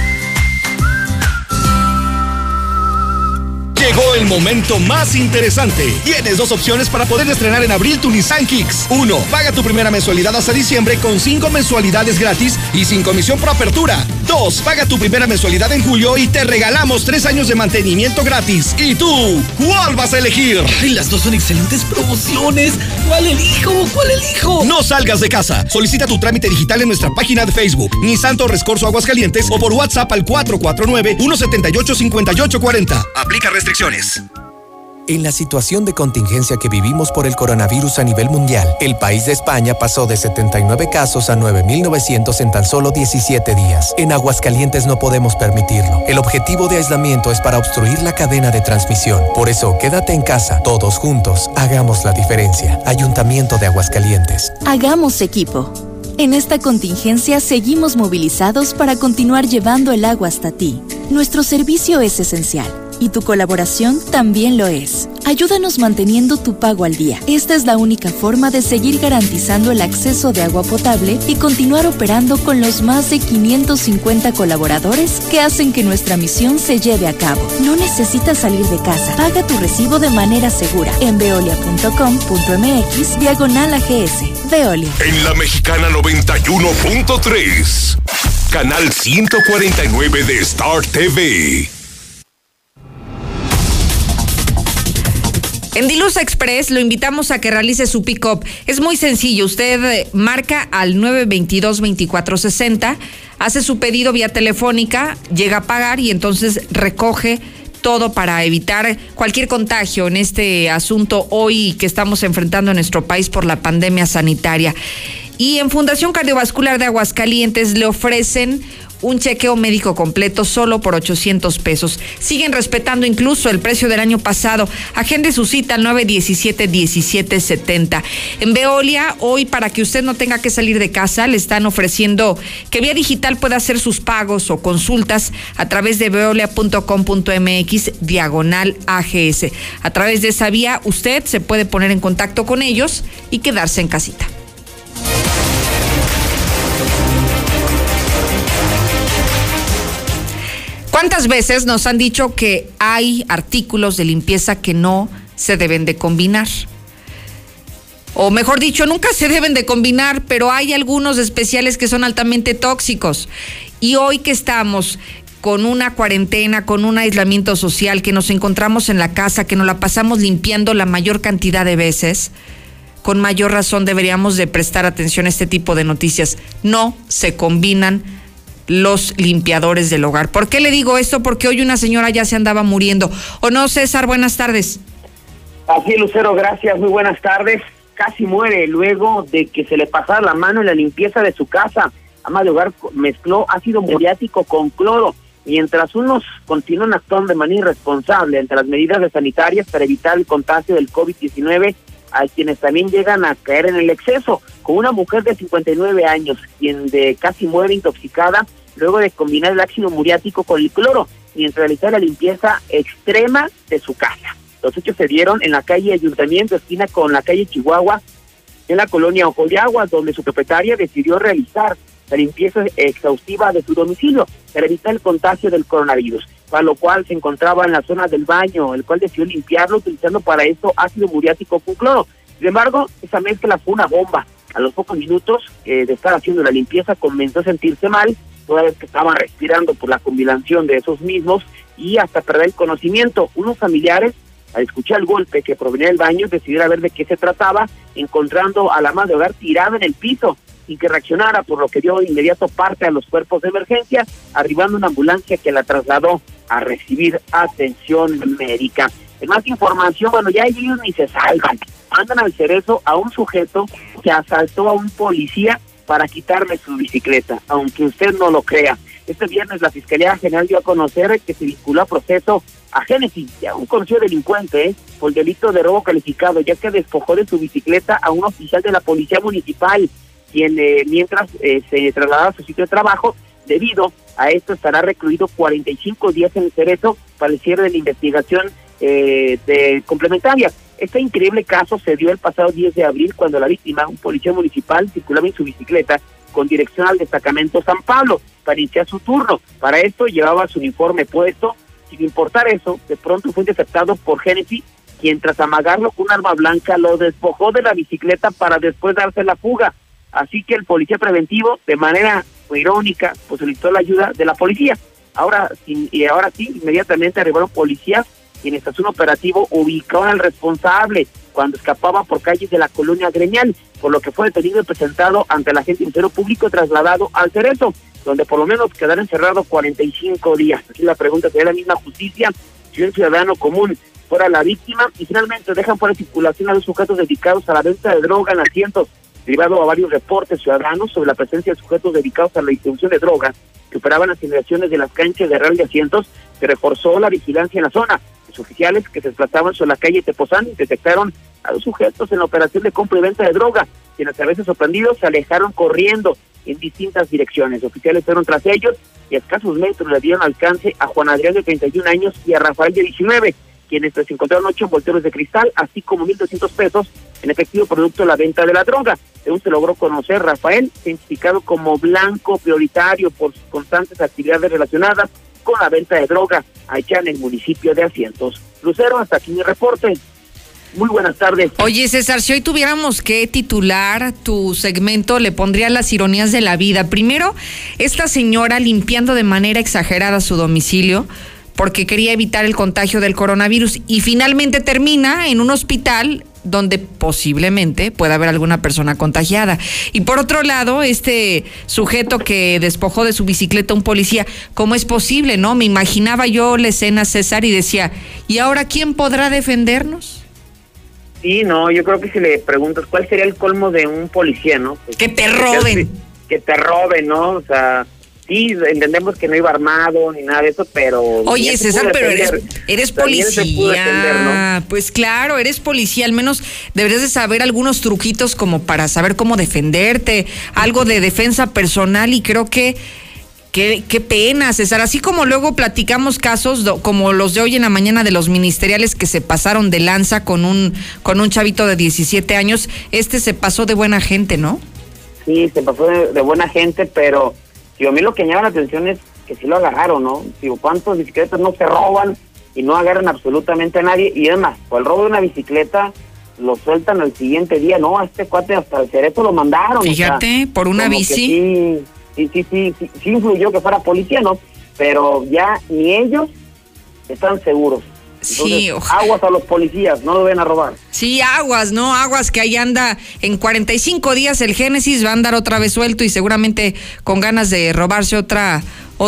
Llegó el momento más interesante. Tienes dos opciones para poder estrenar en abril tu Nissan Kicks. Uno, paga tu primera mensualidad hasta diciembre con cinco mensualidades gratis y sin comisión por apertura.
Dos, paga tu primera mensualidad en julio y te regalamos tres años de mantenimiento gratis. ¿Y tú, cuál vas a elegir?
Ay, las dos son excelentes promociones. ¿Cuál elijo? ¿Cuál elijo?
No salgas de casa. Solicita tu trámite digital en nuestra página de Facebook, Nissan Torres Corso Aguascalientes, o por WhatsApp al cuatro cuatro nueve, uno siete ocho, cinco ocho cuatro cero. Aplica restricciones.
En la situación de contingencia que vivimos por el coronavirus a nivel mundial, el país de España pasó de setenta y nueve casos a nueve mil novecientos en tan solo diecisiete días. En Aguascalientes no podemos permitirlo. El objetivo de aislamiento es para obstruir la cadena de transmisión. Por eso, quédate en casa. Todos juntos, hagamos la diferencia. Ayuntamiento de Aguascalientes.
Hagamos equipo. En esta contingencia seguimos movilizados para continuar llevando el agua hasta ti. Nuestro servicio es esencial. Y tu colaboración también lo es. Ayúdanos manteniendo tu pago al día. Esta es la única forma de seguir garantizando el acceso de agua potable y continuar operando con los más de quinientos cincuenta colaboradores que hacen que nuestra misión se lleve a cabo. No necesitas salir de casa. Paga tu recibo de manera segura en veolia punto com punto m x diagonal A G S. Veolia.
En la Mexicana noventa y uno punto tres. Canal ciento cuarenta y nueve de Star T V.
En Dilusa Express lo invitamos a que realice su pick-up. Es muy sencillo. Usted marca al nueve dos dos, veinticuatro sesenta, hace su pedido vía telefónica, llega a pagar y entonces recoge todo para evitar cualquier contagio en este asunto hoy que estamos enfrentando en nuestro país por la pandemia sanitaria. Y en Fundación Cardiovascular de Aguascalientes le ofrecen un chequeo médico completo solo por ochocientos pesos. Siguen respetando incluso el precio del año pasado. Agende su cita al nueve diecisiete, diecisiete setenta. En Veolia, hoy, para que usted no tenga que salir de casa, le están ofreciendo que vía digital pueda hacer sus pagos o consultas a través de veolia punto com punto m x diagonal A G S. A través de esa vía, usted se puede poner en contacto con ellos y quedarse en casita. ¿Cuántas veces nos han dicho que hay artículos de limpieza que no se deben de combinar? O mejor dicho, nunca se deben de combinar, pero hay algunos especiales que son altamente tóxicos. Y hoy que estamos con una cuarentena, con un aislamiento social, que nos encontramos en la casa, que nos la pasamos limpiando la mayor cantidad de veces, con mayor razón deberíamos de prestar atención a este tipo de noticias. No se combinan los limpiadores del hogar. ¿Por qué le digo esto? Porque hoy una señora ya se andaba muriendo. ¿O no, César? Buenas tardes.
Así, Lucero, gracias. Muy buenas tardes. Casi muere luego de que se le pasara la mano en la limpieza de su casa. Ama de hogar mezcló ácido muriático con cloro. Mientras unos continúan actuando de manera irresponsable ante las medidas sanitarias para evitar el contagio del COVID diecinueve, hay quienes también llegan a caer en el exceso, con una mujer de cincuenta y nueve años, quien de casi muere intoxicada luego de combinar el ácido muriático con el cloro, mientras realizar la limpieza extrema de su casa. Los hechos se dieron en la calle Ayuntamiento, esquina con la calle Chihuahua, en la colonia Ojo de Aguas, donde su propietaria decidió realizar la limpieza exhaustiva de su domicilio para evitar el contagio del coronavirus, para lo cual se encontraba en la zona del baño, el cual decidió limpiarlo utilizando para esto ácido muriático con cloro. Sin embargo, esa mezcla fue una bomba. A los pocos minutos eh, de estar haciendo la limpieza comenzó a sentirse mal, toda vez que estaba respirando por la combinación de esos mismos y hasta perder el conocimiento. Unos familiares, al escuchar el golpe que provenía del baño, decidieron ver de qué se trataba, encontrando a la ama de hogar tirada en el piso sin que reaccionara, por lo que dio de inmediato parte a los cuerpos de emergencia, arribando una ambulancia que la trasladó a recibir atención médica. En más información, bueno, ya ellos ni se salvan. Mandan al cerezo a un sujeto que asaltó a un policía para quitarle su bicicleta, aunque usted no lo crea. Este viernes la Fiscalía General dio a conocer que se vinculó a proceso a Génesis, un conocido delincuente, ¿eh? por el delito de robo calificado, ya que despojó de su bicicleta a un oficial de la Policía Municipal, quien eh, mientras eh, se trasladaba a su sitio de trabajo. Debido a esto estará recluido cuarenta y cinco días en el cerezo para el cierre de la investigación eh, de complementaria. Este increíble caso se dio el pasado diez de abril, cuando la víctima, un policía municipal, circulaba en su bicicleta con dirección al destacamento San Pablo para iniciar su turno. Para esto llevaba su uniforme puesto. Sin importar eso, de pronto fue interceptado por Génesis, quien tras amagarlo con un arma blanca lo despojó de la bicicleta para después darse la fuga. Así que el policía preventivo, de manera fue irónica, pues solicitó la ayuda de la policía. Ahora, y ahora sí, inmediatamente arribaron policías, quienes tras un operativo ubicaron al responsable cuando escapaba por calles de la colonia Gremial, por lo que fue detenido y presentado ante el agente del Ministerio Público, trasladado al Cerezo, donde por lo menos quedará encerrado cuarenta y cinco días. Aquí la pregunta sería la misma justicia si un ciudadano común fuera la víctima. Y finalmente dejan fuera de circulación a dos sujetos dedicados a la venta de droga en asientos, derivado a varios reportes ciudadanos sobre la presencia de sujetos dedicados a la distribución de droga que operaban las inmediaciones de las canchas de real de asientos. Se reforzó la vigilancia en la zona. Los oficiales que se desplazaban sobre la calle Tepozán detectaron a dos sujetos en la operación de compra y venta de droga, quienes a veces sorprendidos se alejaron corriendo en distintas direcciones. Oficiales fueron tras ellos y a escasos metros le dieron alcance a Juan Adrián de treinta y un años y a Rafael de diecinueve, quienes se encontraron ocho envoltorios de cristal, así como mil doscientos pesos en efectivo producto de la venta de la droga. Según se logró conocer, Rafael, identificado como blanco prioritario por sus constantes actividades relacionadas con la venta de droga allá en el municipio de Asientos. Lucero, hasta aquí mi reporte. Muy buenas tardes.
Oye, César, si hoy tuviéramos que titular tu segmento, le pondría las ironías de la vida. Primero, esta señora limpiando de manera exagerada su domicilio porque quería evitar el contagio del coronavirus y finalmente termina en un hospital donde posiblemente pueda haber alguna persona contagiada. Y por otro lado, este sujeto que despojó de su bicicleta a un policía, ¿cómo es posible, no? Me imaginaba yo la escena, César, y decía, ¿y ahora quién podrá defendernos?
Sí, no, yo creo que si le preguntas cuál sería el colmo de un policía, ¿no? Pues,
que te roben.
Que te roben, ¿no? O sea, sí, entendemos que no iba armado ni nada de eso, pero...
Oye, César, pero eres, eres policía. Defender, ¿no? Pues claro, eres policía, al menos deberías de saber algunos truquitos como para saber cómo defenderte, algo de defensa personal, y creo que Qué, qué pena, César. Así como luego platicamos casos do, como los de hoy en la mañana de los ministeriales que se pasaron de lanza con un con un chavito de diecisiete años, este se pasó de buena gente, ¿no?
Sí, se pasó de, de buena gente, pero digo, a mí lo que llama la atención es que sí lo agarraron, ¿no? Digo, ¿cuántas bicicletas no se roban y no agarran absolutamente a nadie? Y además, por el robo de una bicicleta lo sueltan al siguiente día, ¿no? A este cuate hasta el Cerezo lo mandaron.
Fíjate, o sea, por una bici.
Sí, sí, sí, sí, sí influyó que fuera policía, ¿no? Pero ya ni ellos están seguros. Entonces, sí, aguas a los policías, no lo ven a robar.
Sí, aguas, ¿no? Aguas que ahí anda en cuarenta y cinco días el Génesis, va a andar otra vez suelto y seguramente con ganas de robarse otra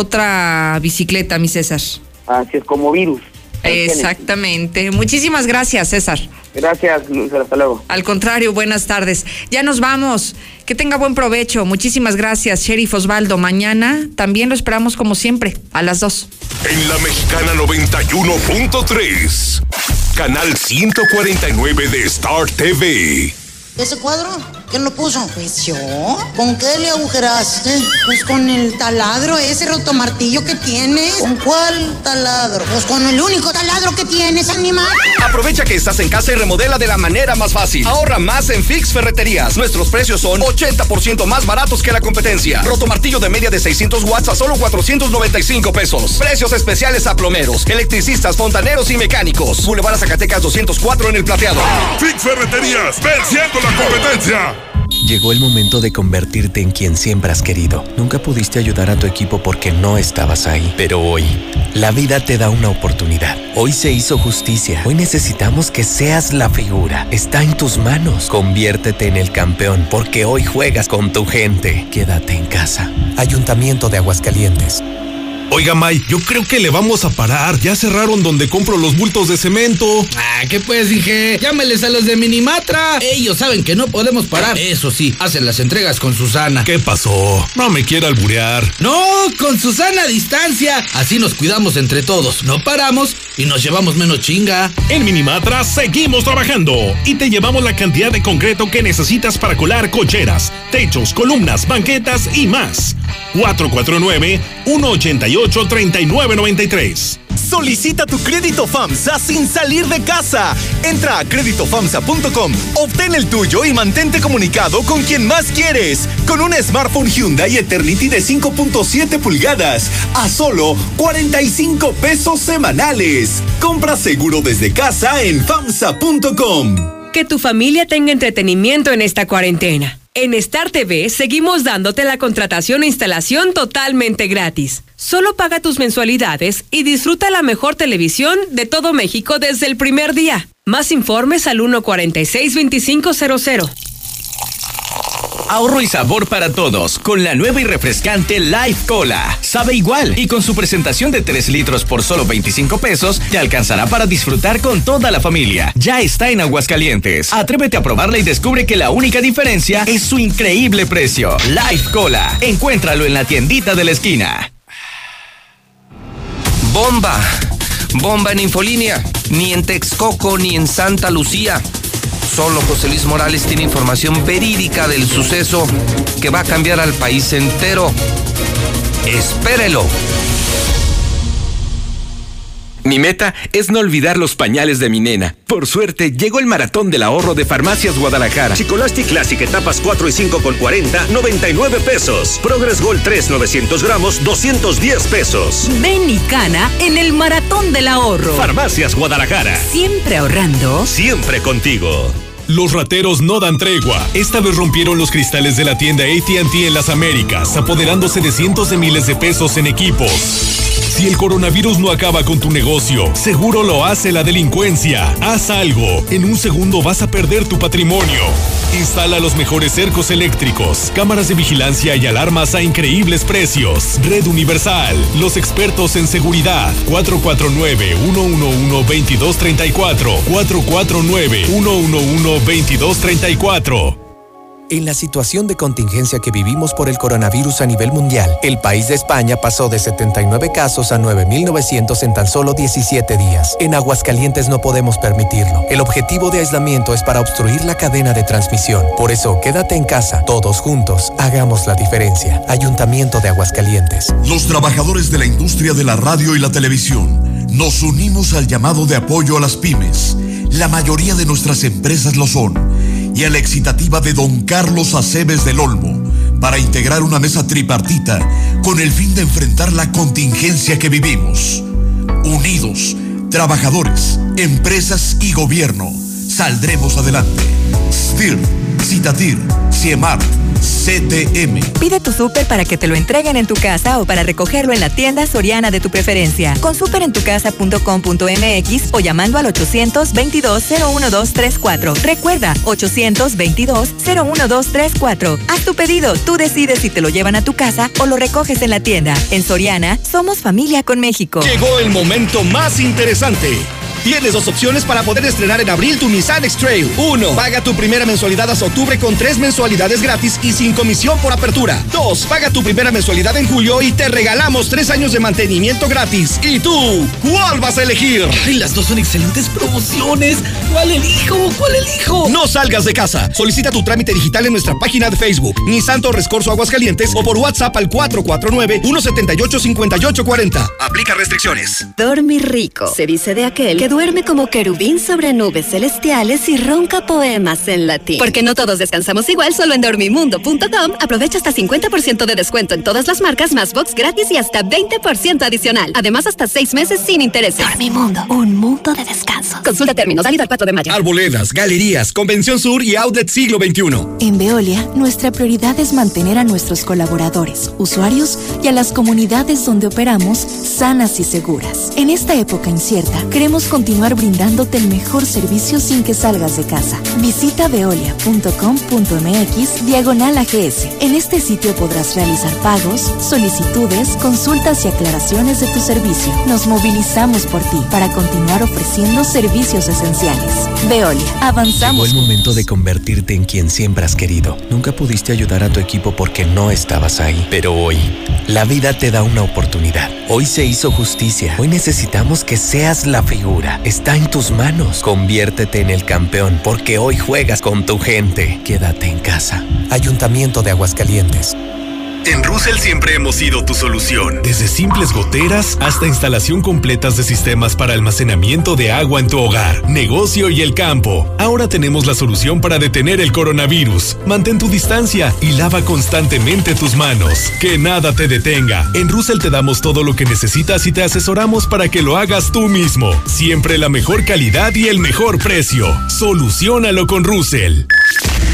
otra bicicleta, mi César.
Así es, como virus.
Exactamente. Génesis. Muchísimas gracias, César.
Gracias, Luis, hasta luego.
Al contrario, buenas tardes. Ya nos vamos. Que tenga buen provecho. Muchísimas gracias, Sheriff Osvaldo. Mañana también lo esperamos como siempre, a las dos.
En la Mexicana noventa y uno punto tres, canal ciento cuarenta y nueve de Star T V.
¿Ese cuadro? ¿Quién lo puso? Pues yo. ¿Con qué le agujeraste? Pues con el taladro, ese rotomartillo que tienes. ¿Con cuál taladro? Pues con el único taladro que tienes, animal.
Aprovecha que estás en casa y remodela de la manera más fácil. Ahorra más en Fix Ferreterías. Nuestros precios son ochenta por ciento más baratos que la competencia. Rotomartillo de media de seiscientos watts a solo cuatrocientos noventa y cinco pesos. Precios especiales a plomeros, electricistas, fontaneros y mecánicos. Boulevard Zacatecas doscientos cuatro en El Plateado.
Fix Ferreterías, venciendo la competencia.
Llegó el momento de convertirte en quien siempre has querido. Nunca pudiste ayudar a tu equipo porque no estabas ahí. Pero hoy, la vida te da una oportunidad. Hoy se hizo justicia. Hoy necesitamos que seas la figura. Está en tus manos. Conviértete en el campeón porque hoy juegas con tu gente. Quédate en casa. Ayuntamiento de Aguascalientes.
Oiga, May, yo creo que le vamos a parar. Ya cerraron donde compro los bultos de cemento.
Ah, ¿qué pues, dije? Llámeles a los de Minimatra. Ellos saben que no podemos parar. Eso sí, hacen las entregas con Susana.
¿Qué pasó? No me quiera alburear.
No, con Susana a distancia. Así nos cuidamos entre todos. No paramos y nos llevamos menos chinga.
En Minimatra seguimos trabajando y te llevamos la cantidad de concreto que necesitas para colar cocheras, techos, columnas, banquetas y más. cuatro cuatro nueve, uno ocho ocho, tres nueve nueve tres.
Solicita tu crédito FAMSA sin salir de casa. Entra a crédito famsa punto com, obtén el tuyo y mantente comunicado con quien más quieres. Con un smartphone Hyundai Eternity de cinco punto siete pulgadas a solo cuarenta y cinco pesos semanales. Compra seguro desde casa en famsa punto com.
Que tu familia tenga entretenimiento en esta cuarentena.
En Star T V seguimos dándote la contratación e instalación totalmente gratis. Solo paga tus mensualidades y disfruta la mejor televisión de todo México desde el primer día. Más informes al uno cuarenta y seis, veinticinco cero cero.
Ahorro y sabor para todos con la nueva y refrescante Life Cola. Sabe igual y con su presentación de tres litros por solo veinticinco pesos te alcanzará para disfrutar con toda la familia. Ya está en Aguascalientes. Atrévete a probarla y descubre que la única diferencia es su increíble precio. Life Cola. Encuéntralo en la tiendita de la esquina.
Bomba. Bomba en Infolínea. Ni en Texcoco ni en Santa Lucía. Solo José Luis Morales tiene información verídica del suceso que va a cambiar al país entero. Espérelo.
Mi meta es no olvidar los pañales de mi nena. Por suerte, llegó el maratón del ahorro de Farmacias Guadalajara.
Chicolastic Classic etapas cuatro y cinco con cuarenta, noventa y nueve pesos. Progress Gold tres, novecientos gramos, doscientos diez pesos.
Ven y cana en el maratón del ahorro.
Farmacias Guadalajara.
Siempre ahorrando.
Siempre contigo.
Los rateros no dan tregua. Esta vez rompieron los cristales de la tienda A T and T en las Américas, apoderándose de cientos de miles de pesos en equipos. Si el coronavirus no acaba con tu negocio, seguro lo hace la delincuencia. Haz algo. En un segundo vas a perder tu patrimonio. Instala los mejores cercos eléctricos, cámaras de vigilancia y alarmas a increíbles precios. Red Universal, los expertos en seguridad. cuatro cuatro nueve, uno uno uno, dos dos tres cuatro. cuatro cuatro nueve, uno uno uno, dos dos tres cuatro.
En la situación de contingencia que vivimos por el coronavirus a nivel mundial, el país de España pasó de setenta y nueve casos a nueve mil novecientos en tan solo diecisiete días. En Aguascalientes no podemos permitirlo. El objetivo de aislamiento es para obstruir la cadena de transmisión. Por eso, quédate en casa. Todos juntos, hagamos la diferencia. Ayuntamiento de Aguascalientes.
Los trabajadores de la industria de la radio y la televisión nos unimos al llamado de apoyo a las pymes. La mayoría de nuestras empresas lo son. Y a la excitativa de don Carlos Aceves del Olmo para integrar una mesa tripartita con el fin de enfrentar la contingencia que vivimos. Unidos, trabajadores, empresas y gobierno, saldremos adelante. S T I R, Citatir, Ciemar, C T M.
Pide tu súper para que te lo entreguen en tu casa o para recogerlo en la tienda Soriana de tu preferencia. Con súper en tu casa punto com punto m x o llamando al ochocientos veintidós, cero uno dos tres cuatro. Recuerda, ochocientos veintidós, cero uno dos tres cuatro. Haz tu pedido, tú decides si te lo llevan a tu casa o lo recoges en la tienda. En Soriana, somos familia con México.
Llegó el momento más interesante. Tienes dos opciones para poder estrenar en abril tu Nissan X-Trail. Uno, paga tu primera mensualidad hasta octubre con tres mensualidades gratis y sin comisión por apertura. Dos, paga tu primera mensualidad en julio y te regalamos tres años de mantenimiento gratis. ¿Y tú, cuál vas a elegir?
Ay, las dos son excelentes promociones. ¿Cuál elijo? ¿Cuál elijo?
No salgas de casa. Solicita tu trámite digital en nuestra página de Facebook, Nissan Torres Corzo Aguascalientes, o por WhatsApp al cuatro cuatro nueve, uno siete ocho, cinco ocho cuatro cero. Aplica restricciones.
Dormir rico. Se dice de aquel que duerme como querubín sobre nubes celestiales y ronca poemas en latín. Porque no todos descansamos igual, solo en dormimundo punto com aprovecha hasta cincuenta por ciento de descuento en todas las marcas, más box gratis y hasta veinte por ciento adicional. Además, hasta seis meses sin intereses. Dormimundo, un mundo de descanso. Consulta términos, válido al cuatro de mayo.
Arboledas, galerías, Convención Sur y Outlet Siglo veintiuno.
En Veolia, nuestra prioridad es mantener a nuestros colaboradores, usuarios y a las comunidades donde operamos sanas y seguras. En esta época incierta, queremos continuar brindándote el mejor servicio sin que salgas de casa. Visita veolia punto com punto m x diagonal A G S. En este sitio podrás realizar pagos, solicitudes, consultas y aclaraciones de tu servicio. Nos movilizamos por ti para continuar ofreciendo servicios esenciales. Veolia, avanzamos.
Llegó el momento de convertirte en quien siempre has querido. Nunca pudiste ayudar a tu equipo porque no estabas ahí. Pero hoy, la vida te da una oportunidad. Hoy se hizo justicia. Hoy necesitamos que seas la figura. Está en tus manos. Conviértete en el campeón porque hoy juegas con tu gente. Quédate en casa.
Ayuntamiento de Aguascalientes.
En Russell siempre hemos sido tu solución. Desde simples goteras hasta instalación completas de sistemas para almacenamiento de agua en tu hogar, negocio y el campo. Ahora tenemos la solución para detener el coronavirus. Mantén tu distancia y lava constantemente tus manos. Que nada te detenga. En Russell te damos todo lo que necesitas y te asesoramos para que lo hagas tú mismo. Siempre la mejor calidad y el mejor precio. Soluciónalo con Russell.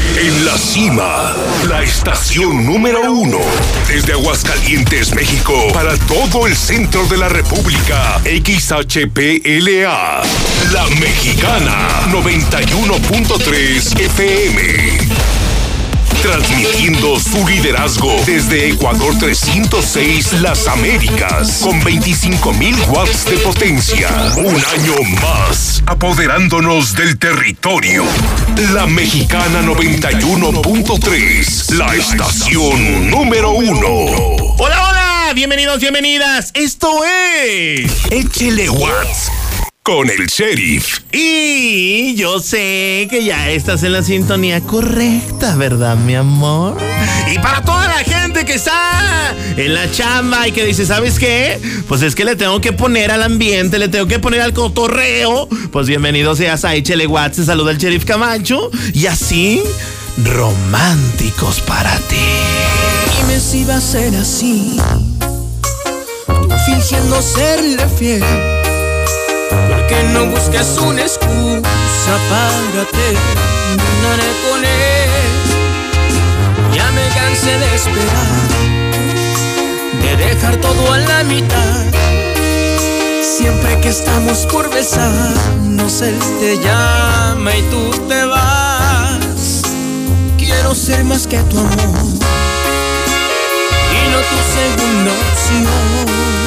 En la cima, la estación número uno. Desde Aguascalientes, México, para todo el centro de la República. X H P L A. La Mexicana, noventa y uno punto tres F M. Transmitiendo su liderazgo desde Ecuador trescientos seis Las Américas, con veinticinco mil watts de potencia. Un año más, apoderándonos del territorio. La Mexicana noventa y uno punto tres, la estación número uno.
Hola, hola, bienvenidos, bienvenidas. Esto es
Échele Watts con el Sheriff.
Y yo sé que ya estás en la sintonía correcta, ¿verdad, mi amor? Y para toda la gente que está en la chamba y que dice, ¿sabes qué? Pues es que le tengo que poner al ambiente, le tengo que poner al cotorreo. Pues bienvenido seas a Échele Watts, te saluda el Sheriff Camacho. Y así, románticos para ti.
Dime si va a ser así, tú fingiendo serle fiel. Porque no busques una excusa para terminar con él. Ya me cansé de esperar, de dejar todo a la mitad. Siempre que estamos por besarnos, él te llama y tú te vas. Quiero ser más que tu amor y no tu segunda opción.